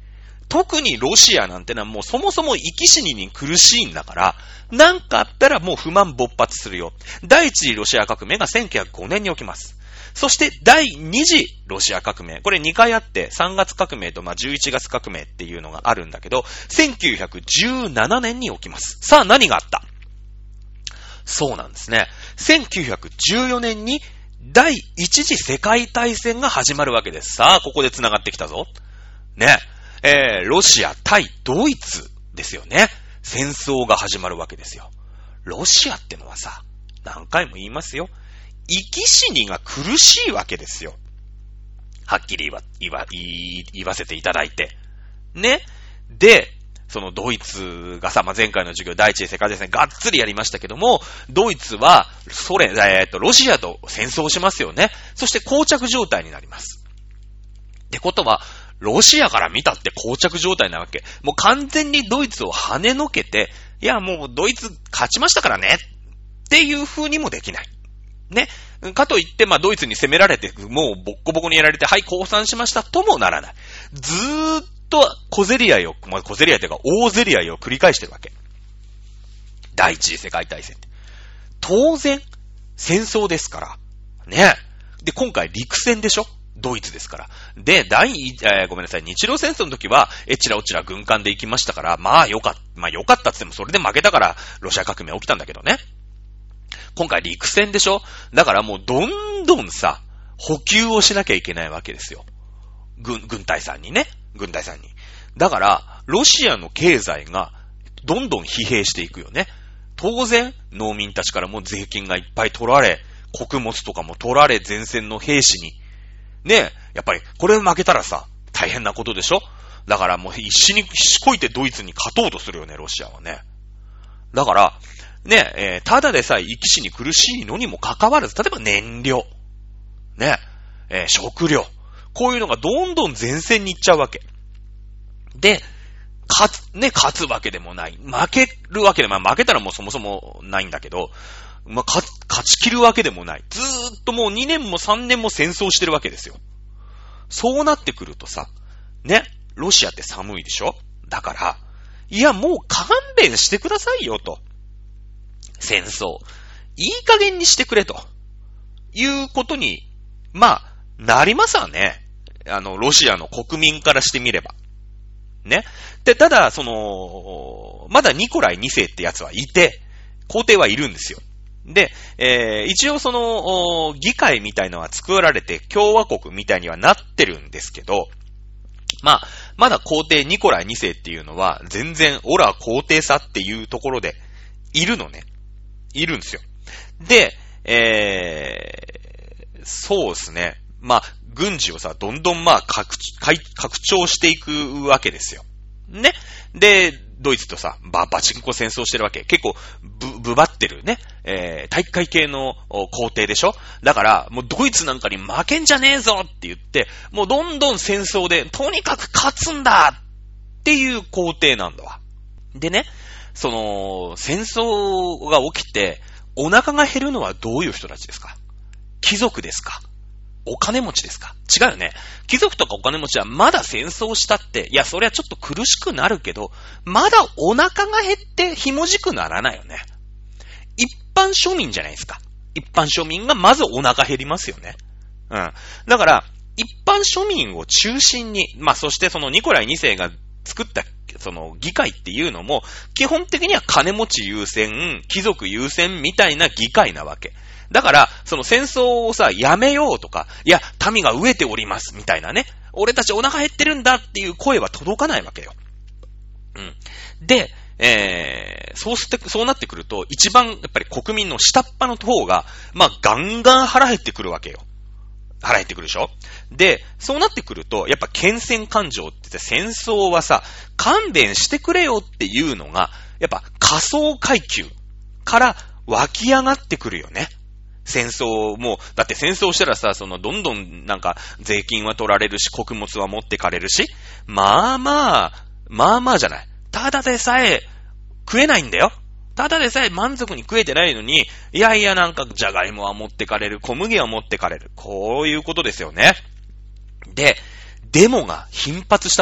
[SPEAKER 1] 特にロシアなんてのはもうそもそも生き死にに苦しいんだから、なんかあったらもう不満勃発するよ。第一次ロシア革命がせんきゅうひゃくごねんに起きます。そして第二次ロシア革命。これにかいあって、さんがつ革命とまあじゅういちがつ革命っていうのがあるんだけど、せんきゅうひゃくじゅうななねんに起きます。さあ何があった？そうなんですね。せんきゅうひゃくじゅうよねんに第一次世界大戦が始まるわけです。さあ、ここで繋がってきたぞ。ね。えー、ロシア対ドイツですよね。戦争が始まるわけですよ。ロシアってのはさ、何回も言いますよ。生き死にが苦しいわけですよ。はっきり言わ、言わ、言い、言わせていただいて。ね。で、そのドイツがさ、まあ、前回の授業第一次世界大戦がっつりやりましたけども、ドイツはソ連、えっと、ロシアと戦争しますよね。そして膠着状態になります。ってことは、ロシアから見たって膠着状態なわけ。もう完全にドイツを跳ねのけて、いやもうドイツ勝ちましたからねっていう風にもできない。ね。かといって、まあドイツに攻められて、もうボッコボコにやられて、はい、降参しましたともならない。ずーっと小競り合いを、まあ、小競り合いというか大競り合いを繰り返してるわけ。第一次世界大戦って。当然、戦争ですから。ね。で、今回陸戦でしょ？ドイツですから。で、第、えー、ごめんなさい、日露戦争の時は、えちらおちら軍艦で行きましたから、まあよかった、まあよかったって言ってもそれで負けたから、ロシア革命起きたんだけどね。今回陸戦でしょ？だからもうどんどんさ、補給をしなきゃいけないわけですよ。軍、軍隊さんにね。軍隊さんに。だから、ロシアの経済がどんどん疲弊していくよね。当然、農民たちからも税金がいっぱい取られ、穀物とかも取られ、前線の兵士に。ねえ、やっぱり、これ負けたらさ、大変なことでしょ？だからもう必死にしこいてドイツに勝とうとするよね、ロシアはね。だから、ねえ、ただでさえ生き死に苦しいのにもかかわらず、例えば燃料。ねえ、食料。こういうのがどんどん前線に行っちゃうわけ。で、勝つ、ね、勝つわけでもない。負けるわけでも、まあ負けたらもうそもそもないんだけど、まあ、勝、勝ち切るわけでもない。ずーっともうにねんもさんねんも戦争してるわけですよ。そうなってくるとさ、ね、ロシアって寒いでしょ？だから、いやもう勘弁してくださいよと。戦争。いい加減にしてくれと。いうことに、まあ、なりますわね。あの、ロシアの国民からしてみれば。ね。で、ただ、その、まだニコライにせいってやつはいて、皇帝はいるんですよ。で、えー、一応その、議会みたいのは作られて共和国みたいにはなってるんですけど、まあ、まだ皇帝ニコライにせいっていうのは全然オラ皇帝さっていうところでいるのね。いるんですよ。で、えー、そうですね。まあ、軍事をさ、どんどんまあ拡、拡張していくわけですよ。ね。で、ドイツとさ、バ、バチンコ戦争してるわけ。結構、ぶ、ぶばってるね。えー、体育会系の皇帝でしょ？だから、もうドイツなんかに負けんじゃねえぞって言って、もうどんどん戦争で、とにかく勝つんだっていう皇帝なんだわ。でね、その、戦争が起きて、お腹が減るのはどういう人たちですか？貴族ですか？お金持ちですか？違うよね。貴族とかお金持ちはまだ戦争したって、いや、そりゃちょっと苦しくなるけど、まだお腹が減ってひもじくならないよね。一般庶民じゃないですか。一般庶民がまずお腹減りますよね。うん。だから、一般庶民を中心に、まあ、そしてそのニコライにせいが作った、その議会っていうのも、基本的には金持ち優先、貴族優先みたいな議会なわけ。だから、その戦争をさ、やめようとか、いや、民が飢えております、みたいなね。俺たちお腹減ってるんだっていう声は届かないわけよ。うん。で、えー、そうして、そうなってくると、一番、やっぱり国民の下っ端の方が、まあ、ガンガン腹減ってくるわけよ。腹減ってくるでしょ？で、そうなってくると、やっぱ牽制感情って言って戦争はさ、勘弁してくれよっていうのが、やっぱ下層階級から湧き上がってくるよね。戦争も、だって戦争したらさ、そのどんどんなんか税金は取られるし、穀物は持ってかれるし、まあまあ、まあまあじゃない。ただでさえ食えないんだよ。ただでさえ満足に食えてないのに、いやいやなんかジャガイモは持ってかれる、小麦は持ってかれる。こういうことですよね。で、デモが頻発したの。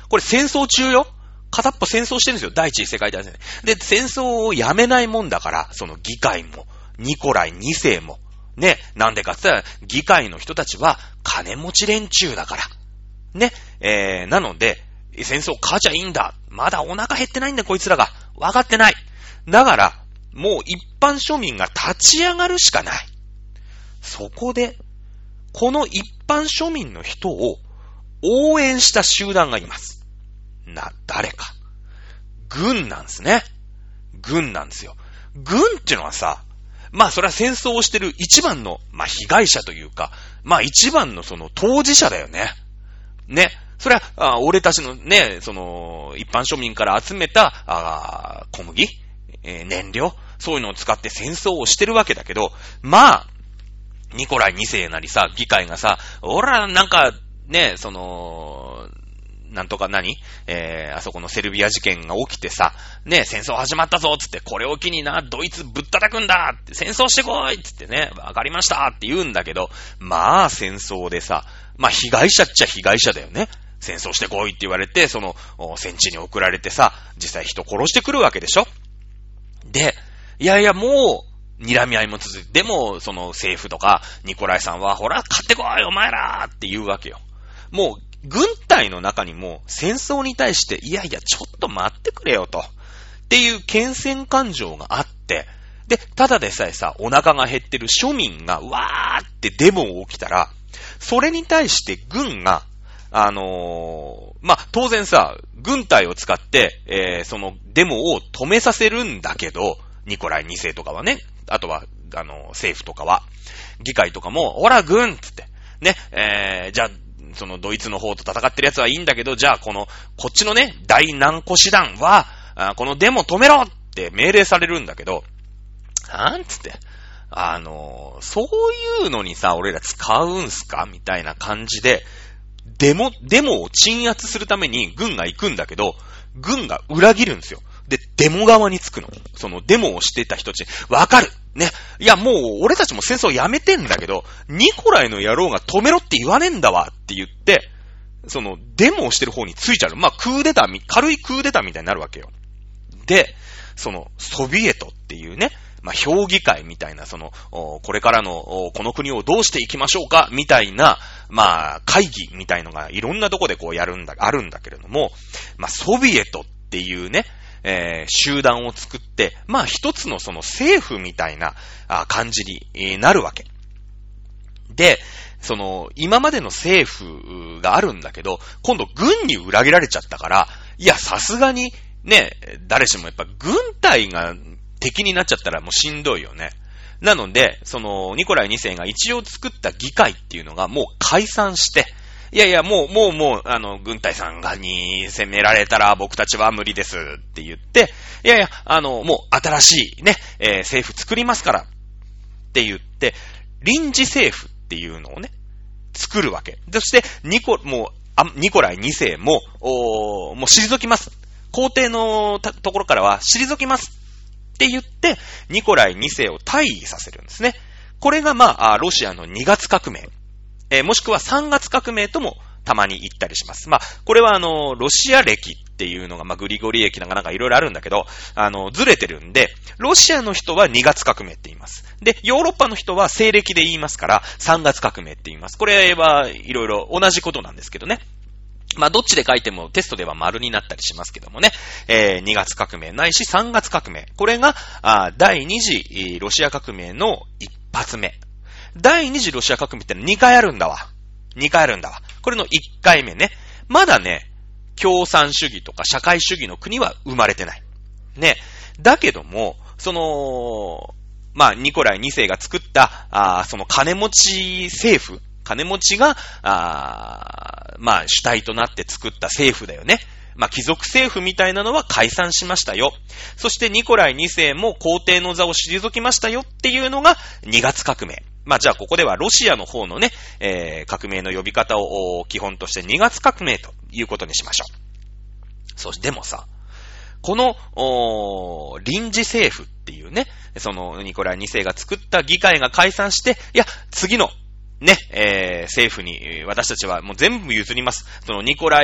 [SPEAKER 1] これ戦争中よ。片っぽ戦争してるんですよ。第一次世界大戦で。で、戦争をやめないもんだから、その議会も、ニコライに世も、ね、なんでかって言ったら、議会の人たちは金持ち連中だから。ね、えー、なので、戦争勝ちゃいいんだ。まだお腹減ってないんだ、こいつらが。分かってない。だから、もう一般庶民が立ち上がるしかない。そこで、この一般庶民の人を応援した集団がいます。な、誰か。軍なんですね。軍なんですよ。軍っていうのはさ、まあそれは戦争をしてる一番の、まあ被害者というか、まあ一番のその当事者だよね。ね。それは、あ俺たちのね、その、一般庶民から集めた、あ小麦、えー、燃料、そういうのを使って戦争をしてるわけだけど、まあ、ニコライに世なりさ、議会がさ、おら、なんか、ね、その、なんとか何えー、あそこのセルビア事件が起きてさ、ね、戦争始まったぞつって、これを機にな、ドイツぶったたくんだって、戦争してこいつってね、わかりましたって言うんだけど、まあ戦争でさ、まあ被害者っちゃ被害者だよね。戦争してこいって言われて、その、戦地に送られてさ、実際人殺してくるわけでしょ。で、いやいやもう、睨み合いも続いて、でも、その政府とか、ニコライさんは、ほら、買ってこいお前らって言うわけよ。もう、軍隊の中にも戦争に対して、いやいや、ちょっと待ってくれよと。っていう牽制感情があって、で、ただでさえさ、お腹が減ってる庶民が、わーってデモを起きたら、それに対して軍が、あのー、まあ、当然さ、軍隊を使って、えー、そのデモを止めさせるんだけど、ニコライに世とかはね、あとは、あのー、政府とかは、議会とかも、ほら、軍つって、ね、えー、じゃあ、そのドイツの方と戦ってるやつはいいんだけど、じゃあこの、こっちのね、大難古師団は、あこのデモ止めろって命令されるんだけど、なんつって、あのー、そういうのにさ、俺ら使うんすかみたいな感じで、デモ、デモを鎮圧するために軍が行くんだけど、軍が裏切るんですよ。で、デモ側につくの。そのデモをしてた人たち、わかるね。いや、もう、俺たちも戦争やめてんだけど、ニコライの野郎が止めろって言わねえんだわって言って、その、デモをしてる方についちゃう。まあ、クーデター、軽いクーデターみたいになるわけよ。で、その、ソビエトっていうね、まあ、評議会みたいな、その、これからの、この国をどうしていきましょうかみたいな、まあ、会議みたいのがいろんなとこでこうやるんだ、あるんだけれども、まあ、ソビエトっていうね、えー、集団を作って、まあ一つのその政府みたいなあ感じになるわけ。で、その、今までの政府があるんだけど、今度軍に裏切られちゃったから、いや、さすがに、ね、誰しもやっぱ軍隊が敵になっちゃったらもうしんどいよね。なので、その、ニコライに世が一応作った議会っていうのがもう解散して、いやいや、もう、もう、もう、あの、軍隊さんがに攻められたら僕たちは無理ですって言って、いやいや、あの、もう新しいね、えー、政府作りますからって言って、臨時政府っていうのをね、作るわけ。そして、ニコ、もう、あニコライに世も、おもう退きます。皇帝のところからは退きますって言って、ニコライに世を退位させるんですね。これが、まあ、ロシアのにがつ革命。えー、もしくはさんがつ革命ともたまに言ったりします。まあ、これはあの、ロシア歴っていうのが、まあ、グリゴリ駅なんかなんかいろいろあるんだけど、あの、ずれてるんで、ロシアの人はにがつ革命って言います。で、ヨーロッパの人は西暦で言いますから、さんがつ革命って言います。これはいろいろ同じことなんですけどね。まあ、どっちで書いてもテストでは丸になったりしますけどもね。えー、にがつ革命ないしさんがつ革命。これが、あ第二次ロシア革命の一発目。第二次ロシア革命ってにかいあるんだわ。にかいあるんだわ。これのいっかいめね。まだね、共産主義とか社会主義の国は生まれてない。ね。だけども、その、まあ、ニコライに世が作った、あその金持ち政府、金持ちが、あまあ、主体となって作った政府だよね。まあ、貴族政府みたいなのは解散しましたよ。そしてニコライに世も皇帝の座を退きましたよっていうのがにがつ革命。まあ、じゃあここではロシアの方のね、えー、革命の呼び方を基本としてにがつ革命ということにしましょう。そしてでもさ、この臨時政府っていうね、そのニコライに世が作った議会が解散して、いや、次のね、えー、政府に私たちはもう全部譲ります。そのニコライ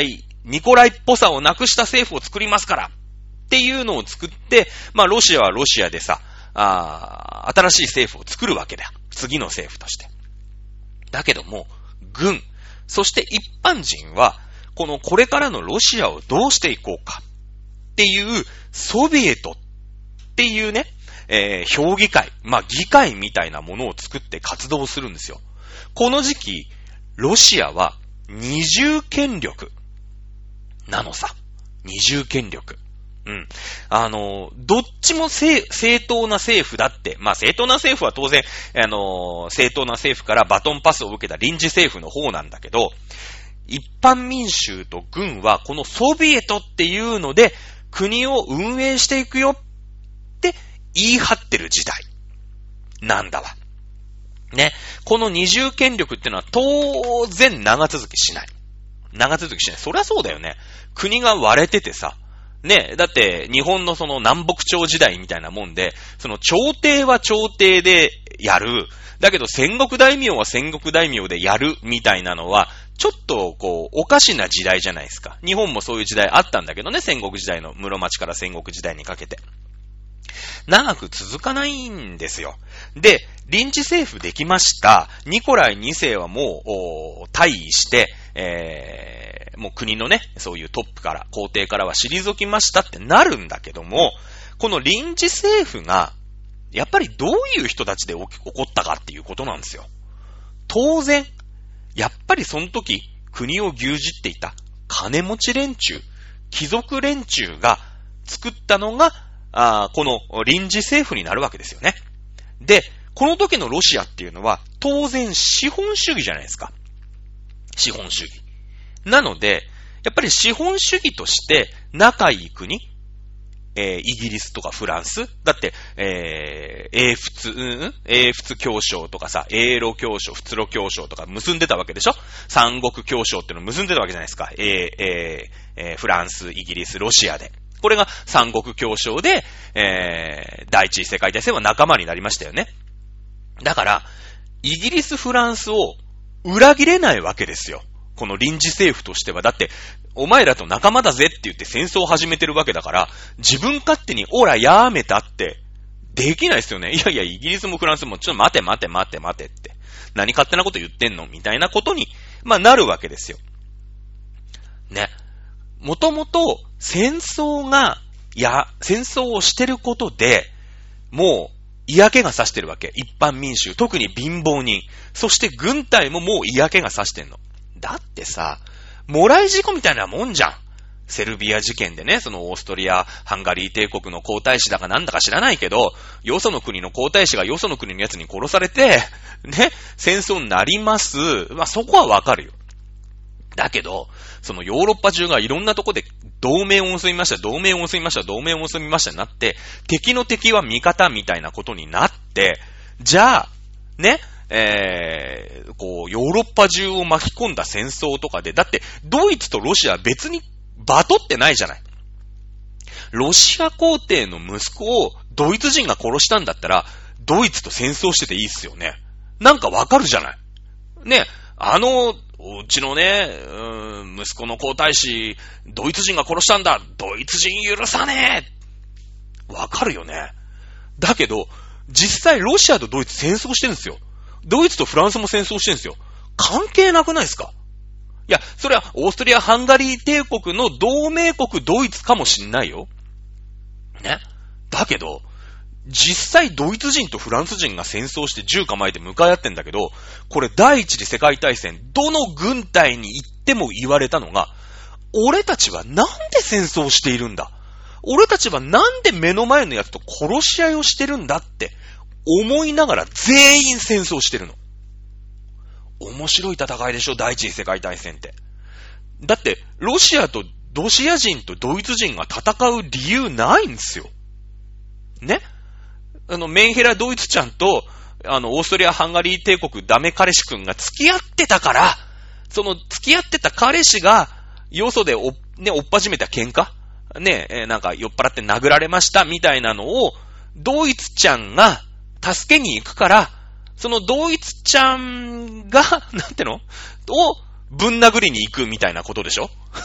[SPEAKER 1] ニコライっぽさをなくした政府を作りますからっていうのを作って、まあロシアはロシアでさ、あ新しい政府を作るわけだ。次の政府として。だけども、軍、そして一般人は、このこれからのロシアをどうしていこうかっていうソビエトっていうね、えー、評議会、まあ議会みたいなものを作って活動するんですよ。この時期、ロシアは二重権力なのさ。二重権力。うん。あの、どっちも正、正当な政府だって、まあ正当な政府は当然、あの、正当な政府からバトンパスを受けた臨時政府の方なんだけど、一般民衆と軍はこのソビエトっていうので国を運営していくよって言い張ってる時代なんだわ。ね。この二重権力っていうのは当然長続きしない。長続きしない。そりゃそうだよね。国が割れててさ。ね。だって日本のその南北朝時代みたいなもんで、その朝廷は朝廷でやる。だけど戦国大名は戦国大名でやるみたいなのは、ちょっと、こう、おかしな時代じゃないですか。日本もそういう時代あったんだけどね、戦国時代の室町から戦国時代にかけて。長く続かないんですよ。で、臨時政府できました。ニコライにせいはもう、退位して、えー、もう国のね、そういうトップから、皇帝からは退きましたってなるんだけども、この臨時政府が、やっぱりどういう人たちで起こったかっていうことなんですよ。当然、やっぱりその時、国を牛耳っていた金持ち連中、貴族連中が作ったのが、あこの臨時政府になるわけですよね。で、この時のロシアっていうのは、当然資本主義じゃないですか。資本主義。なので、やっぱり資本主義として仲いい国、えー、イギリスとかフランスだって、えー、英仏、うん、英仏協商とかさ、英露協商、仏露協商とか結んでたわけでしょ。三国協商っていうのを結んでたわけじゃないですか。えーえーえー、フランス、イギリス、ロシアで。これが三国協商で、えー、第一次世界大戦は仲間になりましたよね。だから、イギリス、フランスを裏切れないわけですよ。この臨時政府としては。だって、お前らと仲間だぜって言って戦争を始めてるわけだから、自分勝手にオラやめたって、できないですよね。いやいや、イギリスもフランスも、ちょっと待て待て待て待てって。何勝手なこと言ってんのみたいなことに、まあなるわけですよ。ね。もともと戦争が、いや、戦争をしてることで、もう嫌気がさしてるわけ。一般民衆、特に貧乏人。そして軍隊ももう嫌気がさしてんの。だってさ、もらい事故みたいなもんじゃん。セルビア事件でね、そのオーストリア、ハンガリー帝国の皇太子だかなんだか知らないけど、よその国の皇太子がよその国のやつに殺されて、ね、戦争になります。まあ、そこはわかるよ。だけど、そのヨーロッパ中がいろんなとこで同盟を結びました、同盟を結びました、同盟を結びましたになって、敵の敵は味方みたいなことになって、じゃあ、ね、えー、こう、ヨーロッパ中を巻き込んだ戦争とかで、だって、ドイツとロシアは別にバトってないじゃない。ロシア皇帝の息子をドイツ人が殺したんだったら、ドイツと戦争してていいっすよね。なんかわかるじゃない。ね、あの、うちのね、うーん、息子の皇太子、ドイツ人が殺したんだ。ドイツ人許さねえ。わかるよね。だけど、実際ロシアとドイツ戦争してるんですよ。ドイツとフランスも戦争してるんですよ。関係なくないですか？いや、それはオーストリア・ハンガリー帝国の同盟国ドイツかもしんないよ。ね。だけど、実際ドイツ人とフランス人が戦争して銃構えて向かい合ってんだけど、これ第一次世界大戦、どの軍隊に行っても言われたのが、俺たちはなんで戦争しているんだ？俺たちはなんで目の前のやつと殺し合いをしてるんだって思いながら全員戦争してるの。面白い戦いでしょ、第一次世界大戦って。だって、ロシアと、ロシア人とドイツ人が戦う理由ないんですよ。ね？あの、メンヘラドイツちゃんと、あの、オーストリア・ハンガリー帝国ダメ彼氏くんが付き合ってたから、その付き合ってた彼氏が、よそでお、ね、おっぱじめた喧嘩ね、えー、なんか酔っ払って殴られましたみたいなのを、ドイツちゃんが助けに行くから、そのドイツちゃんが、なんてのをぶん殴りに行くみたいなことでしょ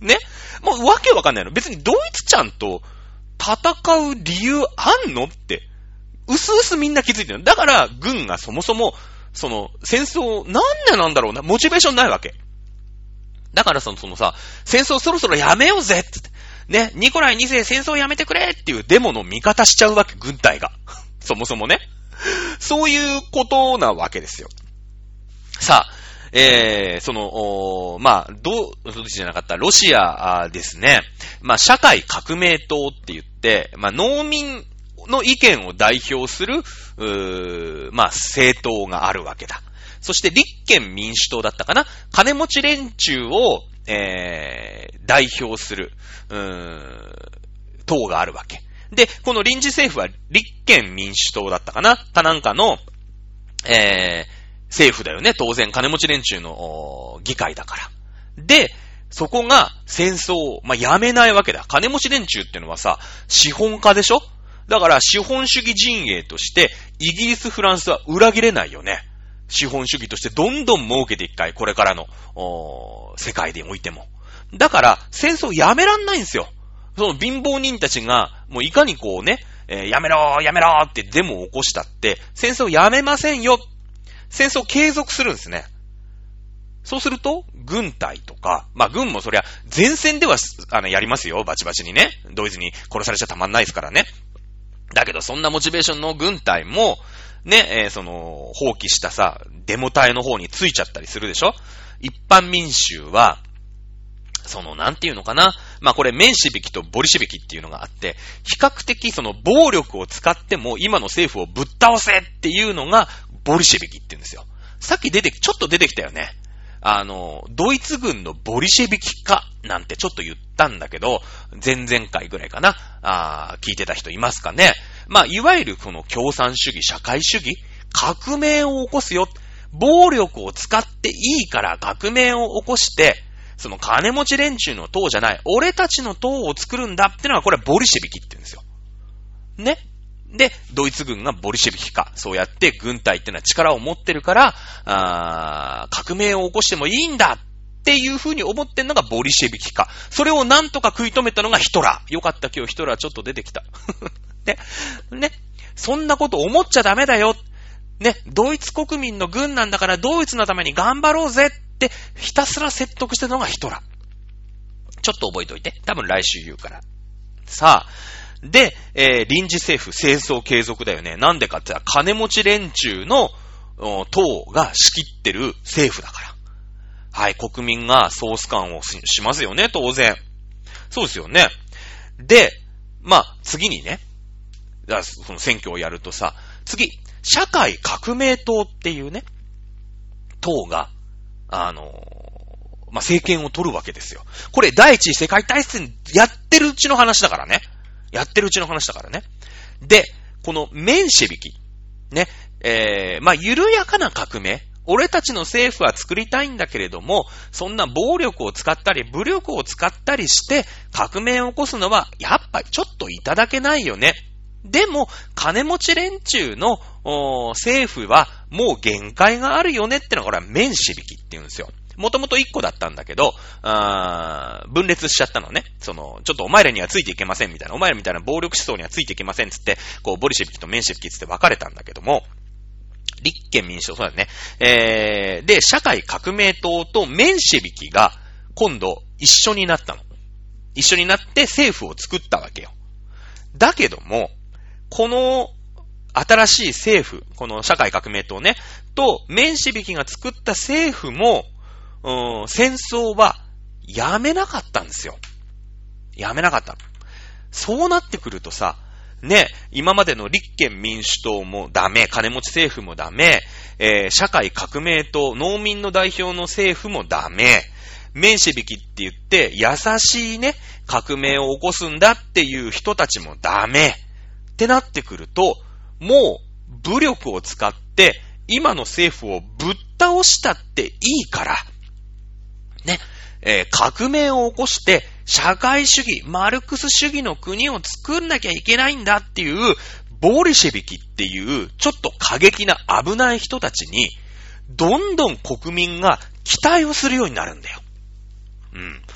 [SPEAKER 1] ね。もうわけわかんないの。別にドイツちゃんと戦う理由あんのって、うすうすみんな気づいてる。だから、軍がそもそも、その、戦争、なんでなんだろうな、モチベーションないわけ。だからその、そのさ、戦争そろそろやめようぜって。ね、ニコライにせい戦争やめてくれっていうデモの味方しちゃうわけ、軍隊が。そもそもね。そういうことなわけですよ。さあ、えー、その、まあ、どう、どうじゃなかった、ロシアですね。まあ、社会革命党って言って、まあ、農民の意見を代表する、うーまあ、政党があるわけだ。そして、立憲民主党だったかな、金持ち連中を、えー、代表する、うーん、党があるわけ。で、この臨時政府は立憲民主党だったかなかなんかの、えー、政府だよね。当然、金持ち連中の議会だから。で、そこが戦争を、まあ、やめないわけだ。金持ち連中ってのはさ、資本家でしょ？だから、資本主義陣営として、イギリス、フランスは裏切れないよね。資本主義としてどんどん儲けていきたい。これからの、世界でおいても。だから、戦争やめらんないんですよ。その貧乏人たちが、もういかにこうね、えー、やめろー、やめろーってデモを起こしたって、戦争やめませんよ。戦争継続するんですね。そうすると、軍隊とか、まあ軍もそりゃ、前線では、あの、やりますよ。バチバチにね。ドイツに殺されちゃたまんないですからね。だけど、そんなモチベーションの軍隊も、ね、えー、その、放棄したさ、デモ隊の方についちゃったりするでしょ？一般民衆は、その、なんていうのかな。まあこれ、メンシビキとボリシビキっていうのがあって、比較的その暴力を使っても今の政府をぶっ倒せっていうのが、ボリシェビキって言うんですよ。さっき出てき、ちょっと出てきたよね。あの、ドイツ軍のボリシェビキ化なんてちょっと言ったんだけど、前々回ぐらいかな。あ聞いてた人いますかね。まあ、いわゆるこの共産主義、社会主義、革命を起こすよ。暴力を使っていいから革命を起こして、その金持ち連中の党じゃない、俺たちの党を作るんだってのはこれはボリシェビキって言うんですよ。ね。で、ドイツ軍がボリシェビキ化。そうやって軍隊ってのは力を持ってるから、あ革命を起こしてもいいんだっていう風に思ってんのがボリシェビキ化。それをなんとか食い止めたのがヒトラー。よかった、今日ヒトラーちょっと出てきた。ね。ね。そんなこと思っちゃダメだよ。ね。ドイツ国民の軍なんだからドイツのために頑張ろうぜってひたすら説得してるのがヒトラー。ちょっと覚えておいて。多分来週言うから。さあ、で、えー、臨時政府、戦争継続だよね。なんでかって言ったら、金持ち連中の党が仕切ってる政府だから。はい、国民が総スカンを し, しますよね、当然。そうですよね。で、まあ、次にね、だその選挙をやるとさ、次、社会革命党っていうね、党が、あのー、まあ、政権を取るわけですよ。これ、第一次世界大戦やってるうちの話だからね。やってるうちの話だからね。で、このメンシェビキ。ね。えー、まあ、緩やかな革命。俺たちの政府は作りたいんだけれども、そんな暴力を使ったり、武力を使ったりして、革命を起こすのは、やっぱりちょっといただけないよね。でも、金持ち連中の政府は、もう限界があるよねってのが、これはメンシェビキって言うんですよ。もともと一個だったんだけど、あ分裂しちゃったのね。その、ちょっとお前らにはついていけませんみたいな、お前らみたいな暴力思想にはついていけませんつって、こう、ボリシェビキとメンシェビキつって分かれたんだけども、立憲民主党、そうだね。えー、で、社会革命党とメンシェビキが、今度、一緒になったの。一緒になって政府を作ったわけよ。だけども、この、新しい政府、この社会革命党ね、と、メンシェビキが作った政府も、うん、戦争はやめなかったんですよ。やめなかったの。そうなってくるとさ、ね、今までの立憲民主党もダメ、金持ち政府もダメ、えー、社会革命党、農民の代表の政府もダメ、メンシェビキって言って優しいね、革命を起こすんだっていう人たちもダメってなってくると、もう武力を使って今の政府をぶっ倒したっていいから、ね、えー、革命を起こして社会主義、マルクス主義の国を作んなきゃいけないんだっていうボリシェビキっていうちょっと過激な危ない人たちにどんどん国民が期待をするようになるんだよ。うん。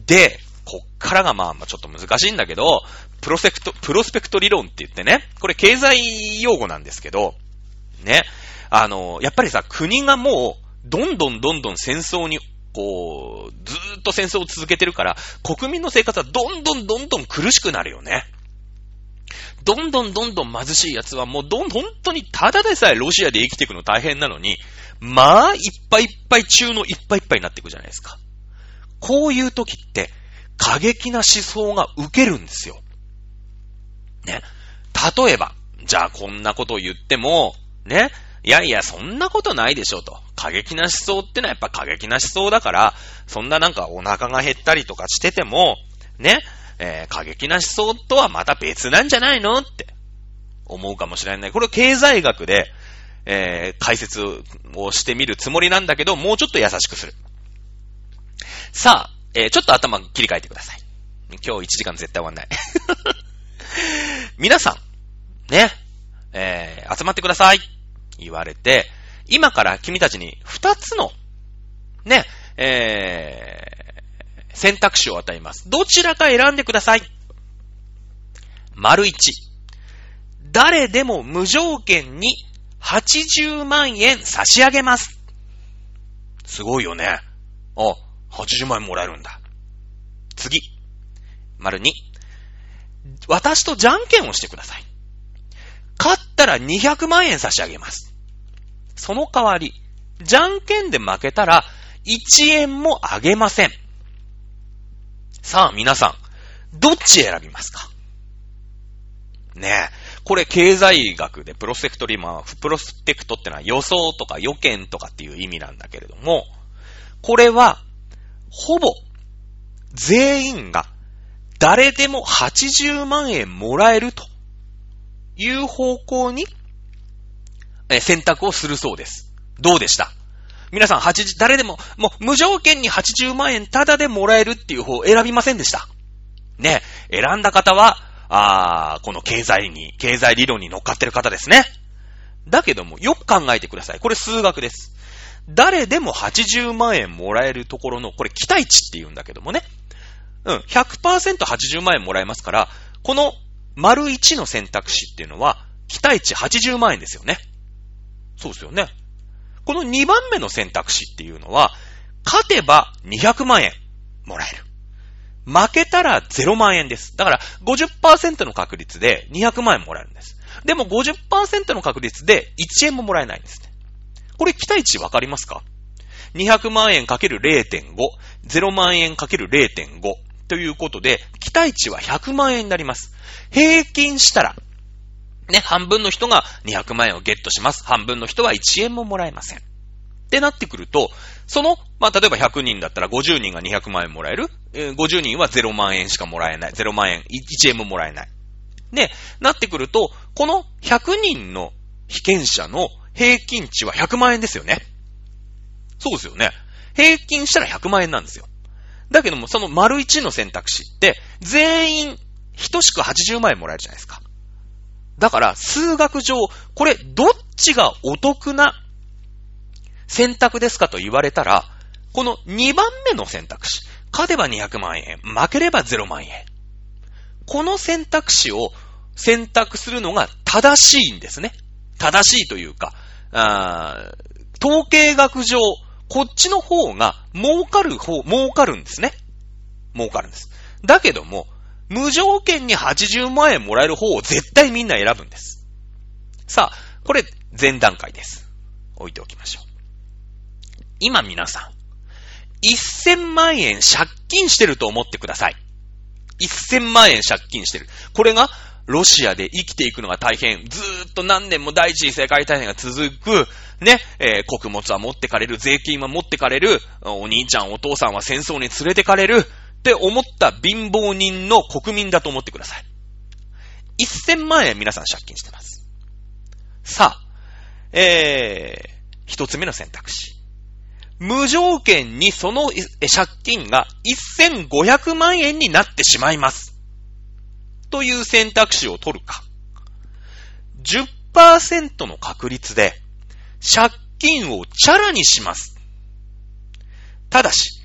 [SPEAKER 1] で、こっからがまあまあちょっと難しいんだけど、プロスペクト、プロスペクト理論って言ってね、これ経済用語なんですけど、ね、あの、やっぱりさ、国がもう、どんどんどんどん戦争に、こう、ずーっと戦争を続けてるから、国民の生活はどんどんどんどん苦しくなるよね。どんどんどんどん貧しい奴はもうどん、本当にただでさえロシアで生きていくの大変なのに、まあ、いっぱいいっぱい中のいっぱいいっぱいになっていくじゃないですか。こういう時って、過激な思想が受けるんですよ。ね。例えば、じゃあこんなことを言っても、ね。いやいや、そんなことないでしょと。過激な思想ってのはやっぱ過激な思想だから、そんななんかお腹が減ったりとかしてても、ね。えー、過激な思想とはまた別なんじゃないのって思うかもしれない。これ経済学で、えー、解説をしてみるつもりなんだけど、もうちょっと優しくする。さあ、えー、ちょっと頭切り替えてください。今日いちじかん絶対終わんない。皆さん、ね、えー、集まってください。言われて、今から君たちに二つの、ね、えー、選択肢を与えます。どちらか選んでください。丸一。誰でも無条件にはちじゅうまんえん差し上げます。すごいよね。あ、はちじゅうまんえんもらえるんだ。次。丸に。私とじゃんけんをしてください。勝ったらにひゃくまんえん差し上げます。その代わり、じゃんけんで負けたらいちえんもあげません。さあ皆さん、どっち選びますか？ねえ。これ経済学でプロスペクトリマー、プロスペクトってのは予想とか予見とかっていう意味なんだけれども、これは、ほぼ、全員が、誰でもはちじゅうまんえんもらえるという方向に、え選択をするそうです。どうでした？皆さん、はちじゅう、誰でも、もう無条件にはちじゅうまんえんただでもらえるっていう方を選びませんでした。ね、選んだ方は、あー、この経済に、経済理論に乗っかってる方ですね。だけども、よく考えてください。これ数学です。誰でもはちじゅうまんえんもらえるところの、これ期待値って言うんだけどもね。うん、ひゃくパーセントはちじゅうまんえんもらえますから、この丸いちの選択肢っていうのは、期待値はちじゅうまんえんですよね。そうですよね。このにばんめの選択肢っていうのは、勝てばにひゃくまんえんもらえる。負けたらゼロまんえんです。だから ごじゅっパーセント の確率でにひゃくまんえんもらえるんです。でも ごじゅっパーセント の確率でいちえんももらえないんですね。これ期待値わかりますか？ にひゃくまんえんかける れいてんご、ゼロまんえんかける れいてんご ということで、期待値はひゃくまんえんになります。平均したら、ね、半分の人がにひゃくまんえんをゲットします。半分の人はいちえんももらえません。ってなってくると、その、まあ、例えばひゃくにんだったらごじゅうにんがにひゃくまんえんもらえる。えー、ごじゅうにんはゼロまんえんしかもらえない。ゼロまんえん、いちえんももらえない。で、なってくると、このひゃくにんの被験者の平均値はひゃくまんえんですよね。そうですよね。平均したらひゃくまんえんなんですよ。だけども、その丸いちの選択肢って、全員等しくはちじゅうまんえんもらえるじゃないですか。だから、数学上、これ、どっちがお得な選択ですかと言われたら、このにばんめの選択肢、勝てばにひゃくまんえん、負ければゼロまんえん。この選択肢を選択するのが正しいんですね。正しいというか、あ統計学上、こっちの方が儲かる方、儲かるんですね。儲かるんです。だけども、無条件にはちじゅうまんえんもらえる方を絶対みんな選ぶんです。さあ、これ前段階です。置いておきましょう。今皆さん、せんまんえん借金してると思ってください。せんまんえん借金してる。これがロシアで生きていくのが大変、ずーっと何年も第一次世界大戦が続く、ね、えー、穀物は持ってかれる、税金は持ってかれる、お兄ちゃんお父さんは戦争に連れてかれるって思った貧乏人の国民だと思ってください。せんまんえん皆さん借金してます。さあ、えー、一つ目の選択肢。無条件にその借金がせんごひゃくまんえんになってしまいます。という選択肢を取るか。じゅっパーセント の確率で借金をチャラにします。ただし、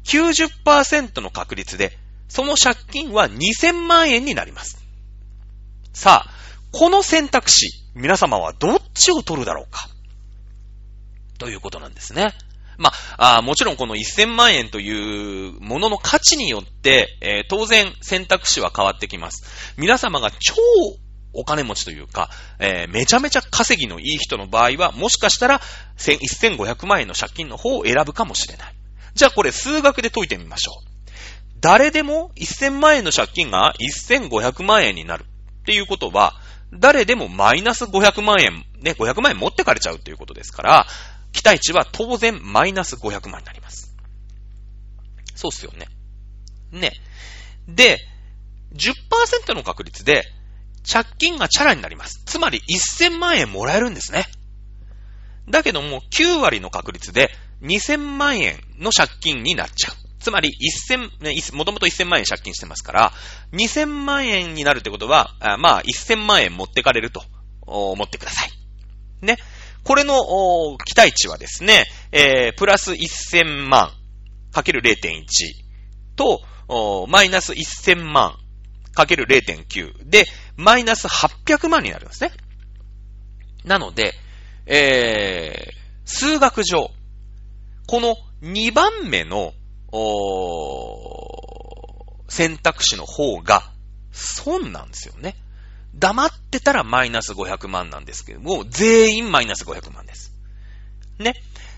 [SPEAKER 1] きゅうじゅっパーセント の確率で、その借金はにせんまんえんになります。さあ、この選択肢、皆様はどっちを取るだろうかということなんですね。まあ、あもちろんこのせんまんえんというものの価値によって、えー、当然選択肢は変わってきます。皆様が超お金持ちというか、えー、めちゃめちゃ稼ぎのいい人の場合は、もしかしたらせんごひゃくまんえんの借金の方を選ぶかもしれない。じゃあこれ数学で解いてみましょう。誰でもせんまんえんの借金がせんごひゃくまんえんになるっていうことは、誰でもマイナスごひゃくまんえん、ね、ごひゃくまんえん持ってかれちゃうっていうことですから、期待値は当然マイナスごひゃくまんになります。そうっすよね。ね。で、じゅっパーセント の確率で、借金がチャラになります。つまりせんまんえんもらえるんですね。だけどもきゅうわりの確率でにせんまんえんの借金になっちゃう。つまりせん、ね、もともとせんまんえん借金してますから、にせんまんえんになるってことは、あまあせんまんえん持ってかれると思ってください。ね。これの期待値はですね、えー、プラスせんまんかける れいてんいち と、マイナスせんまんかける れいてんきゅう で、マイナスはっぴゃくまんになるんですね。なので、えー、数学上、このにばんめの選択肢の方が損なんですよね。黙ってたらマイナスごひゃくまんなんですけども、全員マイナスごひゃくまんです。ね。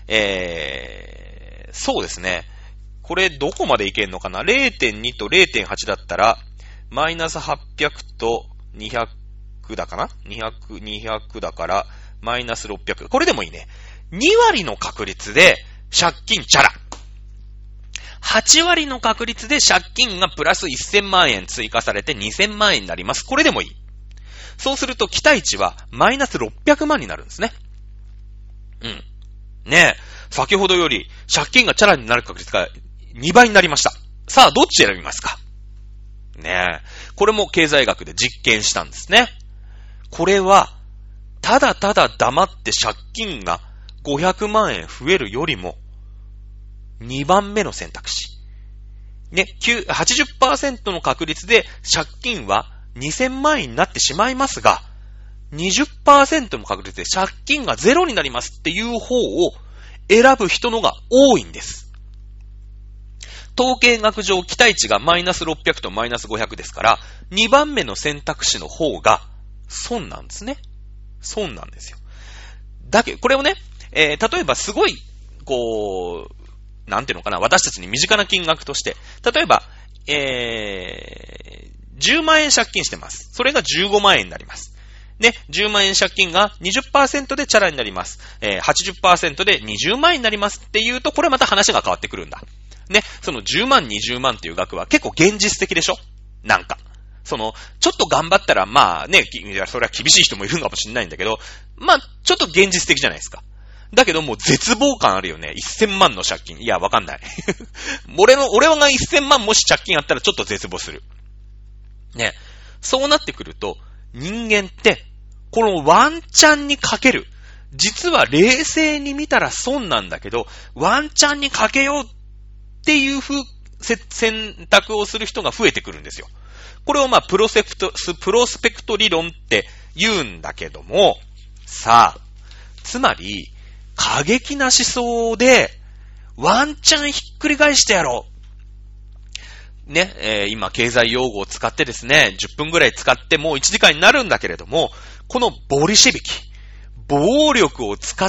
[SPEAKER 1] えー、そうですね。これどこまでいけんのかな ?れいてんに と れいてんはち だったら、マイナスはっぴゃくとにひゃくだかな ?にひゃく、にひゃくだから、マイナスろっぴゃく。これでもいいね。にわりの確率で借金チャラ。はちわりの確率で借金がプラスせんまんえん追加されてにせんまんえんになります。これでもいい。そうすると期待値はマイナスろっぴゃくまんになるんですね。うん。ねえ。先ほどより借金がチャラになる確率がにばいになりました。さあ、どっち選びますか？ねえ。これも経済学で実験したんですね。これは、ただただ黙って借金がごひゃくまんえん増えるよりも、にばんめの選択肢。ね、はちじゅっパーセント の確率で借金はにせんまんえんになってしまいますが、にじゅっパーセント の確率で借金がゼロになりますっていう方を選ぶ人のが多いんです。統計学上期待値がマイナスろっぴゃくとマイナスごひゃくですから、にばんめの選択肢の方が損なんですね。損なんですよ。だけど、これをね、えー、例えばすごい、こう、なんていうのかな、私たちに身近な金額として、例えば、えー、じゅうまんえん借金してます。それがじゅうごまんえんになります。ね、じゅうまんえん借金が にじゅっパーセント でチャラになります。えー、はちじゅっパーセント でにじゅうまんえんになりますっていうと、これまた話が変わってくるんだ。ね、そのじゅうまん、にじゅうまんっていう額は結構現実的でしょ？なんか。その、ちょっと頑張ったら、まあね、それは厳しい人もいるかもしれないんだけど、まあ、ちょっと現実的じゃないですか。だけどもう絶望感あるよね。せんまんの借金。いや、わかんない。俺の、俺がせんまんもし借金あったらちょっと絶望する。ね。そうなってくると、人間って、このワンチャンにかける。実は冷静に見たら損なんだけど、ワンチャンにかけようっていうふう、選択をする人が増えてくるんですよ。これをまあ、プロセプト、プロスペクト理論って言うんだけども、さあ、つまり、過激な思想で、ワンチャンひっくり返してやろう。ね、えー、今、経済用語を使ってですね、じゅっぷんぐらい使ってもういちじかんになるんだけれども、このボリシェビキ、暴力を使って、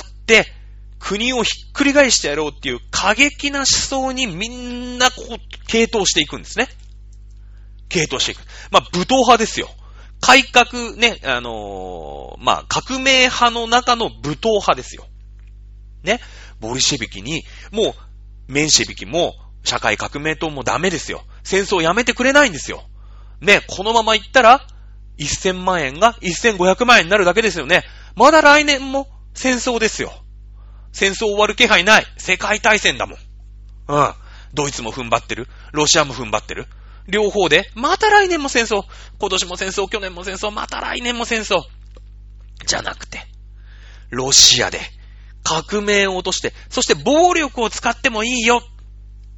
[SPEAKER 1] 国をひっくり返してやろうっていう過激な思想にみんなこう、傾倒していくんですね。傾倒していく。まあ、武闘派ですよ。改革ね、あのー、まあ、革命派の中の武闘派ですよ。ね。ボリシェビキに、もう、メンシェビキも、社会革命党もダメですよ。戦争をやめてくれないんですよ。ね、このままいったら、せんまんえんがせんごひゃくまんえんになるだけですよね。まだ来年も戦争ですよ。戦争終わる気配ない。世界大戦だもん。うん。ドイツも踏ん張ってる。ロシアも踏ん張ってる。両方で、また来年も戦争。今年も戦争、去年も戦争、また来年も戦争。じゃなくて、ロシアで革命を落として、そして暴力を使ってもいいよ。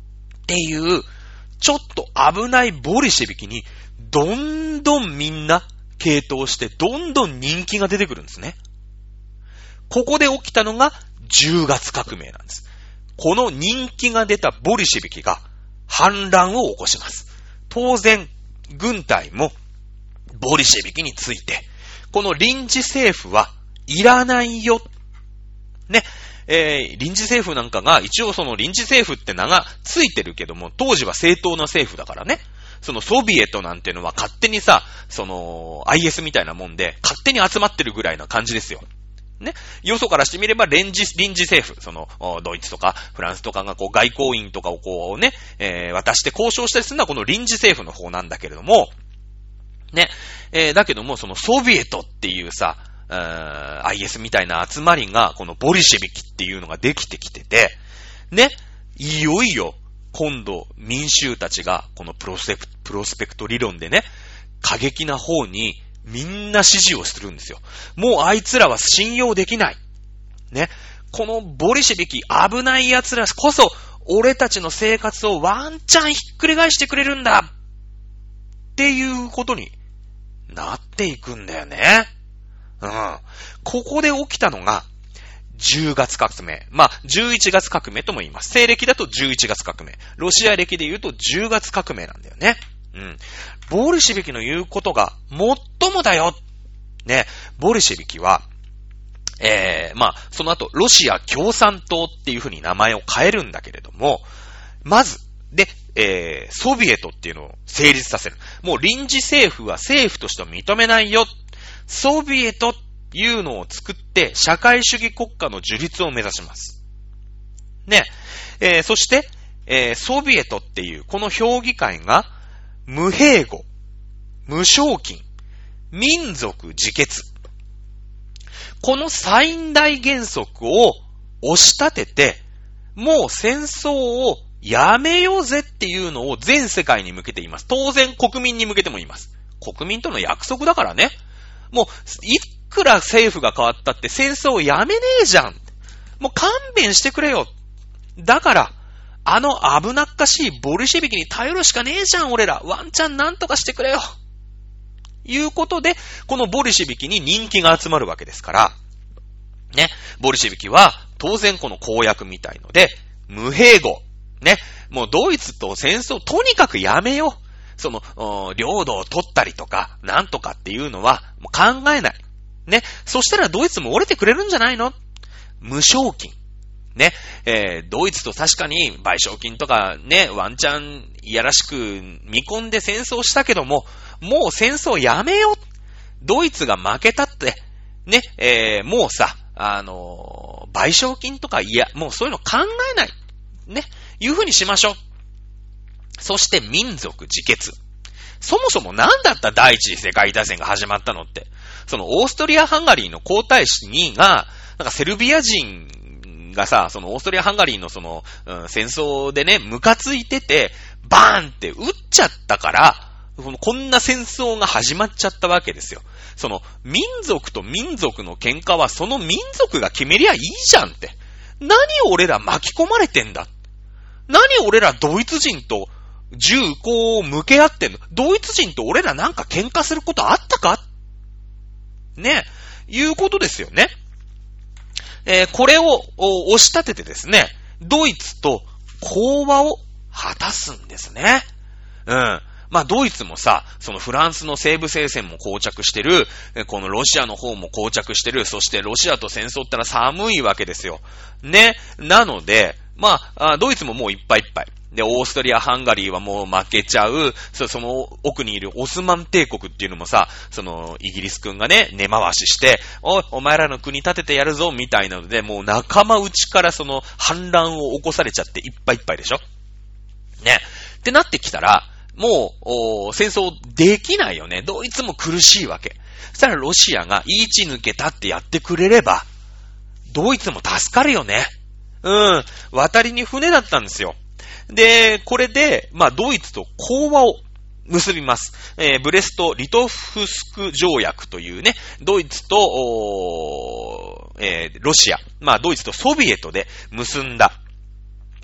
[SPEAKER 1] っていう、ちょっと危ないボリシェビキに、どんどんみんな傾倒して、どんどん人気が出てくるんですね。ここで起きたのがじゅうがつ革命なんです。この人気が出たボリシェビキが反乱を起こします。当然、軍隊もボリシェビキについて、この臨時政府はいらないよ。ね。えー、臨時政府なんかが、一応その臨時政府って名がついてるけども、当時は正当な政府だからね。そのソビエトなんてのは勝手にさ、その アイエス みたいなもんで、勝手に集まってるぐらいな感じですよ。ね。よそからしてみれば臨時、臨時政府、その、ドイツとかフランスとかがこう外交員とかをこうね、えー、渡して交渉したりするのはこの臨時政府の方なんだけれども、ね。えー、だけどもそのソビエトっていうさ、アイエス みたいな集まりが、このボリシェビキっていうのができてきてて、ね、いよいよ、今度、民衆たちが、このプロスペクト、プロスペクト理論でね、過激な方に、みんな支持をするんですよ。もうあいつらは信用できない。ね、このボリシェビキ、危ない奴らこそ、俺たちの生活をワンチャンひっくり返してくれるんだっていうことになっていくんだよね。うん。ここで起きたのが、じゅうがつ革命。まあ、じゅういちがつ革命とも言います。西暦だとじゅういちがつ革命。ロシア暦で言うとじゅうがつ革命なんだよね。うん。ボリシェビキの言うことが、最もだよ。ね。ボリシェビキは、えー、まあ、その後、ロシア共産党っていう風に名前を変えるんだけれども、まず、で、えー、ソビエトっていうのを成立させる。もう臨時政府は政府としては認めないよ。ソビエトっていうのを作って社会主義国家の樹立を目指します。ね。えー、そして、えー、ソビエトっていうこの評議会が無併合、無償金、民族自決。この最大原則を押し立てて、もう戦争をやめようぜっていうのを全世界に向けて言います。当然国民に向けても言います。国民との約束だからね。もう、いくら政府が変わったって戦争をやめねえじゃん。もう勘弁してくれよ。だから、あの危なっかしいボリシェビキに頼るしかねえじゃん、俺ら。ワンチャンなんとかしてくれよ。いうことで、このボリシェビキに人気が集まるわけですから、ね、ボリシェビキは当然この公約みたいので、無併合。ね、もうドイツと戦争とにかくやめよう。その、領土を取ったりとか、なんとかっていうのは、もう考えない。ね。そしたらドイツも折れてくれるんじゃないの？無償金。ね。えー、ドイツと確かに賠償金とかね、ワンチャンいやらしく見込んで戦争したけども、もう戦争やめよう。ドイツが負けたって、ね、えー、もうさ、あのー、賠償金とかいや、もうそういうの考えない。ね。いうふうにしましょう。そして民族自決。そもそも何だった第一次世界大戦が始まったのって。そのオーストリア・ハンガリーの皇太子にが、なんかセルビア人がさ、そのオーストリア・ハンガリーのその、うん、戦争でね、ムカついてて、バーンって撃っちゃったから、こんな戦争が始まっちゃったわけですよ。その民族と民族の喧嘩はその民族が決めりゃいいじゃんって。何を俺ら巻き込まれてんだ。何俺らドイツ人と銃こう向け合ってんの？ドイツ人と俺らなんか喧嘩することあったか？ね。いうことですよね。えー、これを押し立ててですね、ドイツと講和を果たすんですね。うん。まあドイツもさ、そのフランスの西部聖戦も膠着してる、このロシアの方も膠着してる、そしてロシアと戦争ってのは寒いわけですよ。ね。なので、まあ、ドイツももういっぱいいっぱい。で、オーストリア、ハンガリーはもう負けちゃう。そ, その奥にいるオスマン帝国っていうのもさ、そのイギリス君がね、根回しして、おい、お前らの国立ててやるぞ、みたいなので、もう仲間内からその反乱を起こされちゃっていっぱいいっぱいでしょ？ね。ってなってきたら、もう、戦争できないよね。ドイツも苦しいわけ。そしたらロシアが言いち抜けたってやってくれれば、ドイツも助かるよね。うん。渡りに船だったんですよ。で、これで、まあ、ドイツと講和を結びます。えー、ブレスト・リトフスク条約というね、ドイツと、えー、ロシア、まあ、ドイツとソビエトで結んだ、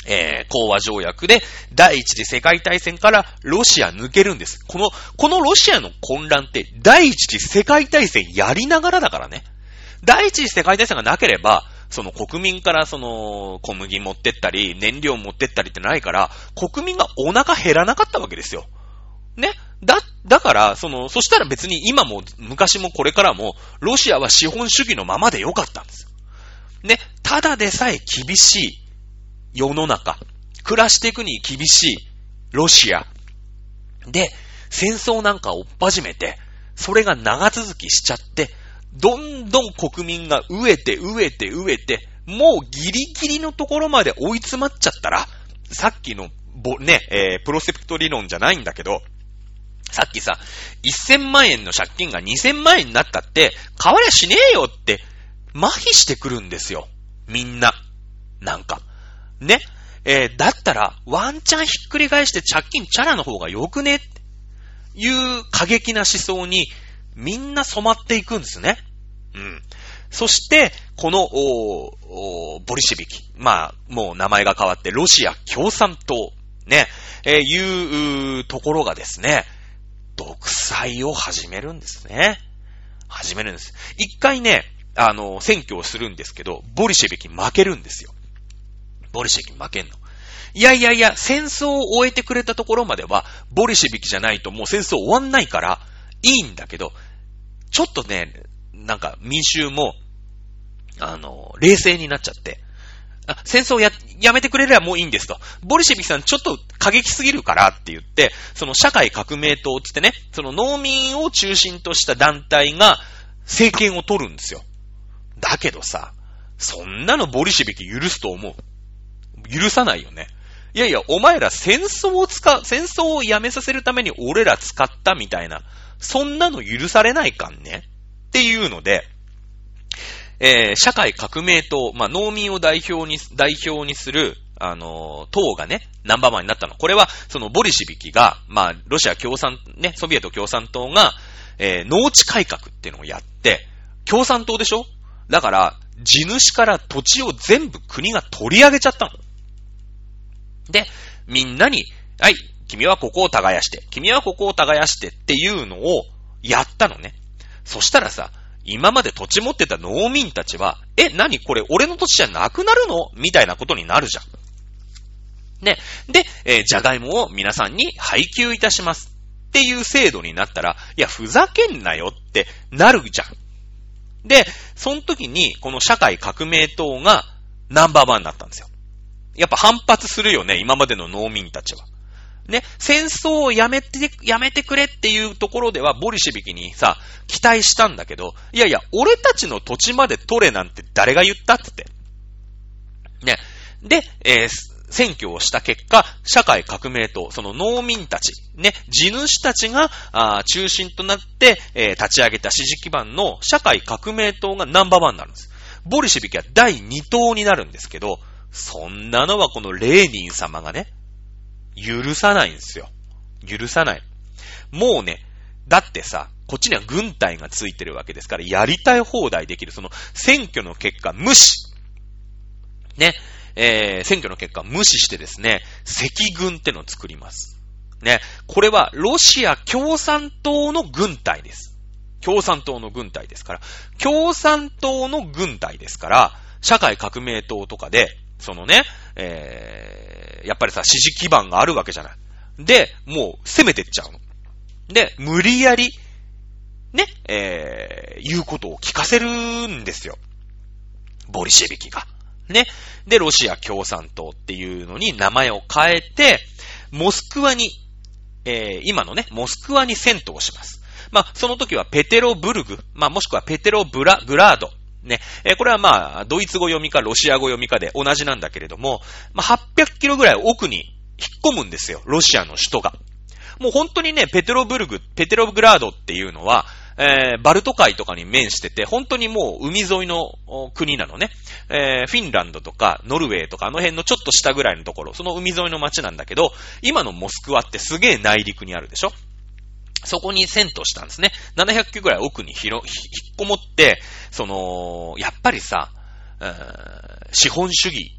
[SPEAKER 1] えー、講和条約で第一次世界大戦からロシア抜けるんです。この、このロシアの混乱って第一次世界大戦やりながらだからね。第一次世界大戦がなければ、その国民からその小麦持ってったり、燃料持ってったりってないから、国民がお腹減らなかったわけですよ。ね。だ、だから、その、そしたら別に今も昔もこれからも、ロシアは資本主義のままでよかったんですよ。ね。ただでさえ厳しい世の中、暮らしていくに厳しいロシアで戦争なんかを追っ始めて、それが長続きしちゃって、どんどん国民が飢えて飢えて飢えて、もうギリギリのところまで追い詰まっちゃったら、さっきのぼね、えー、プロセプト理論じゃないんだけど、さっきさ、せんまんえんの借金がにせんまんえんになったって、変わりゃしねえよって、麻痺してくるんですよ。みんな。なんか。ね。えー、だったら、ワンチャンひっくり返して借金チャラの方がよくねっていう過激な思想に、みんな染まっていくんですね。うん。そして、この、おおボリシェビキ。まあ、もう名前が変わって、ロシア共産党。ね。えー、いうところがですね、独裁を始めるんですね。始めるんです。一回ね、あの、選挙をするんですけど、ボリシェビキ負けるんですよ。ボリシェビキ負けんの。いやいやいや、戦争を終えてくれたところまでは、ボリシェビキじゃないともう戦争終わんないから、いいんだけど、ちょっとね、なんか民衆も、あの、冷静になっちゃって、あ、戦争や、やめてくれればもういいんですと。ボリシェビキさんちょっと過激すぎるからって言って、その社会革命党つってね、その農民を中心とした団体が政権を取るんですよ。だけどさ、そんなのボリシェビキ許すと思う。許さないよね。いやいや、お前ら戦争を使う、戦争をやめさせるために俺ら使ったみたいな、そんなの許されないかんねっていうので、えー、社会革命党、まあ、農民を代表に、代表にする、あのー、党がね、ナンバーワンになったの。これは、そのボリシビキが、まあ、ロシア共産、ね、ソビエト共産党が、えー、農地改革っていうのをやって、共産党でしょ？だから、地主から土地を全部国が取り上げちゃったの。で、みんなに、はい、君はここを耕して、君はここを耕してっていうのをやったのね。そしたらさ、今まで土地持ってた農民たちは、え、何これ俺の土地じゃなくなるのみたいなことになるじゃん。ね。で、えー、じゃがいもを皆さんに配給いたします。っていう制度になったら、いや、ふざけんなよってなるじゃん。で、その時に、この社会革命党がナンバーワンになったんですよ。やっぱ反発するよね、今までの農民たちは。ね、戦争をやめて、やめてくれっていうところでは、ボリシェビキにさ、期待したんだけど、いやいや、俺たちの土地まで取れなんて誰が言ったってって。ね。で、えー、選挙をした結果、社会革命党、その農民たち、ね、地主たちがあ中心となって、えー、立ち上げた支持基盤の社会革命党がナンバーワンになるんです。ボリシェビキはだいに党になるんですけど、そんなのはこのレーニン様がね、許さないんですよ。許さない。もうね、だってさ、こっちには軍隊がついてるわけですから、やりたい放題できる。その選挙の結果無視。ね。えー、選挙の結果無視してですね、赤軍ってのを作ります。ね。これはロシア共産党の軍隊です。共産党の軍隊ですから。共産党の軍隊ですから、社会革命党とかで、そのね、えー、やっぱりさ、支持基盤があるわけじゃない。で、もう攻めてっちゃうの。で、無理やり、ね、えー、言うことを聞かせるんですよ。ボリシェビキが。ね。で、ロシア共産党っていうのに名前を変えて、モスクワに、えー、今のね、モスクワに遷都をします。まあ、その時はペテロブルグ、まあ、もしくはペテロブラ、グラード。ね。えー、これはまあ、ドイツ語読みかロシア語読みかで同じなんだけれども、まあ、はっぴゃくキロぐらい奥に引っ込むんですよ。ロシアの首都が。もう本当にね、ペテロブルグ、ペテログラードっていうのは、えー、バルト海とかに面してて、本当にもう海沿いの国なのね。えー、フィンランドとかノルウェーとかあの辺のちょっと下ぐらいのところ、その海沿いの町なんだけど、今のモスクワってすげえ内陸にあるでしょ。そこに遷都したんですね。ななひゃくキロぐらい奥にひろ、引っこもって、その、やっぱりさ、資本主義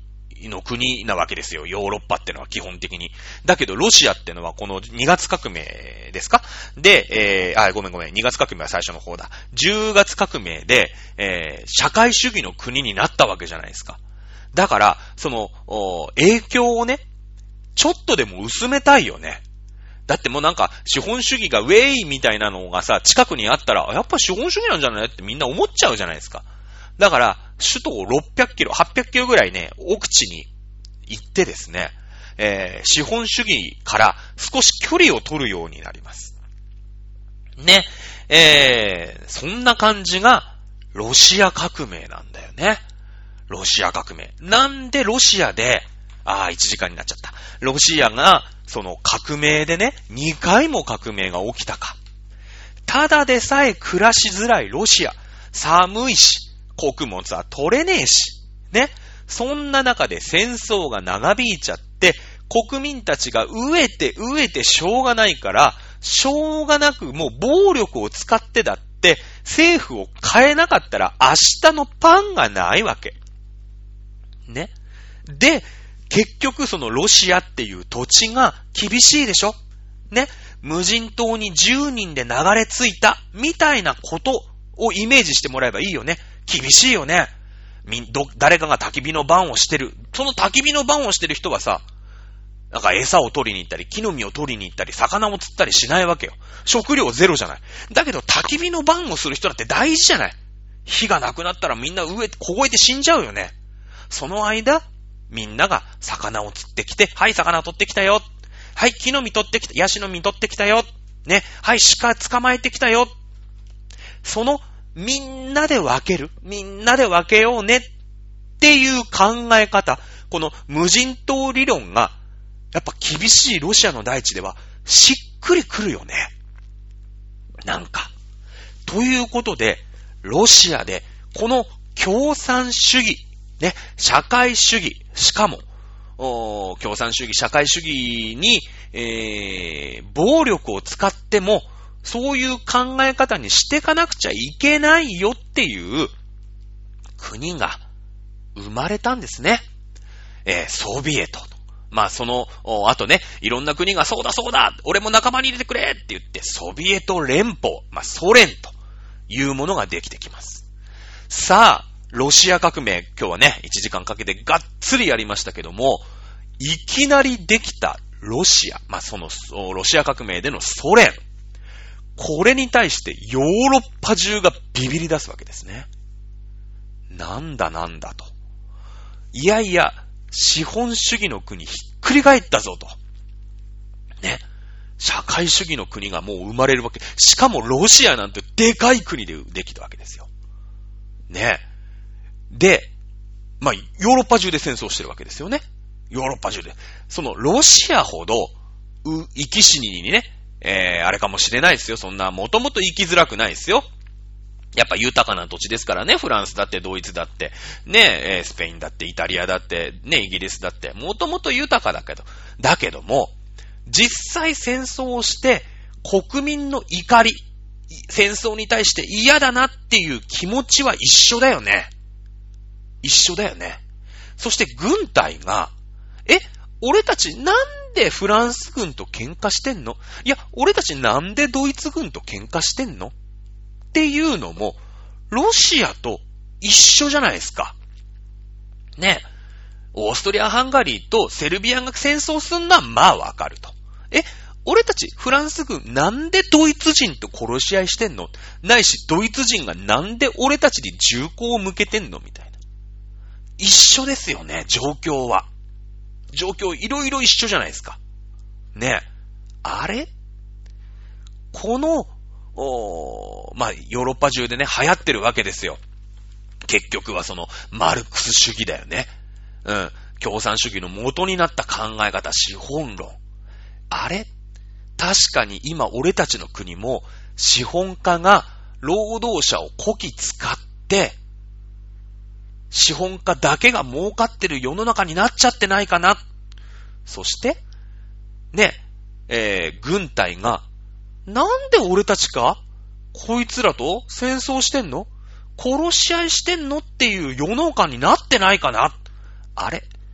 [SPEAKER 1] の国なわけですよ。ヨーロッパってのは基本的に。だけどロシアってのはこのにがつ革命ですかで、えー、あ、ごめんごめん。にがつ革命は最初の方だ。じゅうがつ革命で、えー、社会主義の国になったわけじゃないですか。だから、その、影響をね、ちょっとでも薄めたいよね。だってもうなんか、資本主義がウェイみたいなのがさ、近くにあったら、やっぱ資本主義なんじゃないってみんな思っちゃうじゃないですか。だから、首都をろっぴゃくキロ、はっぴゃくキロぐらいね、奥地に行ってですね、えー、資本主義から少し距離を取るようになります。ね。えー、そんな感じが、ロシア革命なんだよね。ロシア革命。なんでロシアで、ああ、いちじかんになっちゃった。ロシアが、その革命でね、にかいも革命が起きたか。ただでさえ暮らしづらいロシア。寒いし、穀物は取れねえし。ね。そんな中で戦争が長引いちゃって、国民たちが飢えて飢えてしょうがないから、しょうがなくもう暴力を使ってだって、政府を変えなかったら明日のパンがないわけ。ね。で、結局そのロシアっていう土地が厳しいでしょね。無人島にじゅうにんで流れ着いたみたいなことをイメージしてもらえばいいよね。厳しいよね。みど、誰かが焚き火の番をしてる。その焚き火の番をしてる人はさ、なんか餌を取りに行ったり、木の実を取りに行ったり、魚を釣ったりしないわけよ。食料ゼロじゃない。だけど焚き火の番をする人だって大事じゃない。火がなくなったらみんな上、凍えて死んじゃうよね。その間、みんなが魚を釣ってきて、はい、魚を取ってきたよ。はい、木の実取ってきた、ヤシの実取ってきたよ。ね、はい、鹿捕まえてきたよ。その、みんなで分ける。みんなで分けようね。っていう考え方。この無人島理論が、やっぱ厳しいロシアの大地では、しっくりくるよね。なんか。ということで、ロシアで、この共産主義、ね、社会主義、しかも、共産主義、社会主義に、えー、暴力を使っても、そういう考え方にしていかなくちゃいけないよっていう国が生まれたんですね。えー、ソビエト。まあその、あとね、いろんな国がそうだそうだ俺も仲間に入れてくれって言って、ソビエト連邦、まあソ連というものができてきます。さあ、ロシア革命、今日はね、いちじかんかけてがっつりやりましたけども、いきなりできたロシア、まあ、その、ロシア革命でのソ連、これに対してヨーロッパ中がビビり出すわけですね。なんだなんだと。いやいや、資本主義の国ひっくり返ったぞと。ね。社会主義の国がもう生まれるわけ。しかもロシアなんてでかい国でできたわけですよ。ね。で、まあ、ヨーロッパ中で戦争してるわけですよね。ヨーロッパ中で。その、ロシアほど、う、生き死ににね、えー、あれかもしれないですよ。そんな、もともと生きづらくないですよ。やっぱ豊かな土地ですからね。フランスだって、ドイツだって、ね、えー、スペインだって、イタリアだって、ね、イギリスだって、もともと豊かだけど、だけども、実際戦争をして、国民の怒り、戦争に対して嫌だなっていう気持ちは一緒だよね。一緒だよね。そして軍隊が、え、俺たちなんでフランス軍と喧嘩してんの？いや、俺たちなんでドイツ軍と喧嘩してんの？っていうのも、ロシアと一緒じゃないですか。ね。オーストリア・ハンガリーとセルビアが戦争すんのはまあわかると。え、俺たちフランス軍なんでドイツ人と殺し合いしてんの？ないしドイツ人がなんで俺たちに銃口を向けてんのみたいな。一緒ですよね、状況は。状況いろいろ一緒じゃないですか。ね。あれ？この、おまあ、ヨーロッパ中でね、流行ってるわけですよ。結局はその、マルクス主義だよね。うん。共産主義の元になった考え方、資本論。あれ？確かに今俺たちの国も、資本家が労働者をこき使って、資本家だけが儲かってる世の中になっちゃってないかな。そして、ね、えー、軍隊が、なんで俺たちかこいつらと戦争してんの？殺し合いしてんのっていう世の中になってないかな。あれ？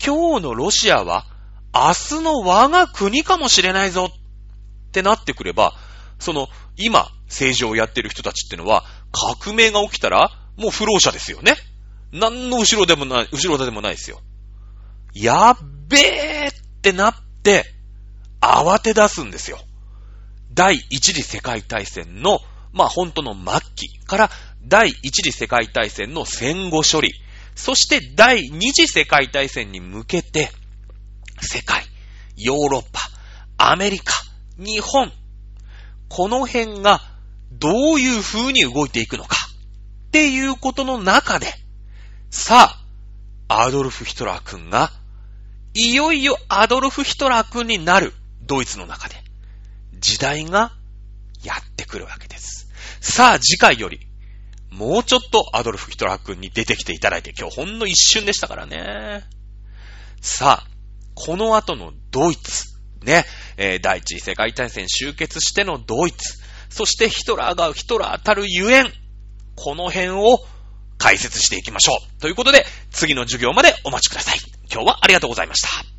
[SPEAKER 1] 今日のロシアは明日の我が国かもしれないぞってなってくれば、その今政治をやってる人たちってのは革命が起きたらもう不老者ですよね。何の後ろでもない、後ろ盾でもないですよ。やっべーってなって慌て出すんですよ。第一次世界大戦のまあ本当の末期から第一次世界大戦の戦後処理、そして第二次世界大戦に向けて世界、ヨーロッパ、アメリカ、日本、この辺がどういう風に動いていくのかっていうことの中で、さあ、アドルフ・ヒトラー君がいよいよアドルフ・ヒトラー君になるドイツの中で時代がやってくるわけです。さあ、次回よりもうちょっとアドルフ・ヒトラー君に出てきていただいて、今日ほんの一瞬でしたからね。さあ、この後のドイツ、ね、えー、第一次世界大戦終結してのドイツ、そしてヒトラーがヒトラーたるゆえん、この辺を解説していきましょう。ということで、次の授業までお待ちください。今日はありがとうございました。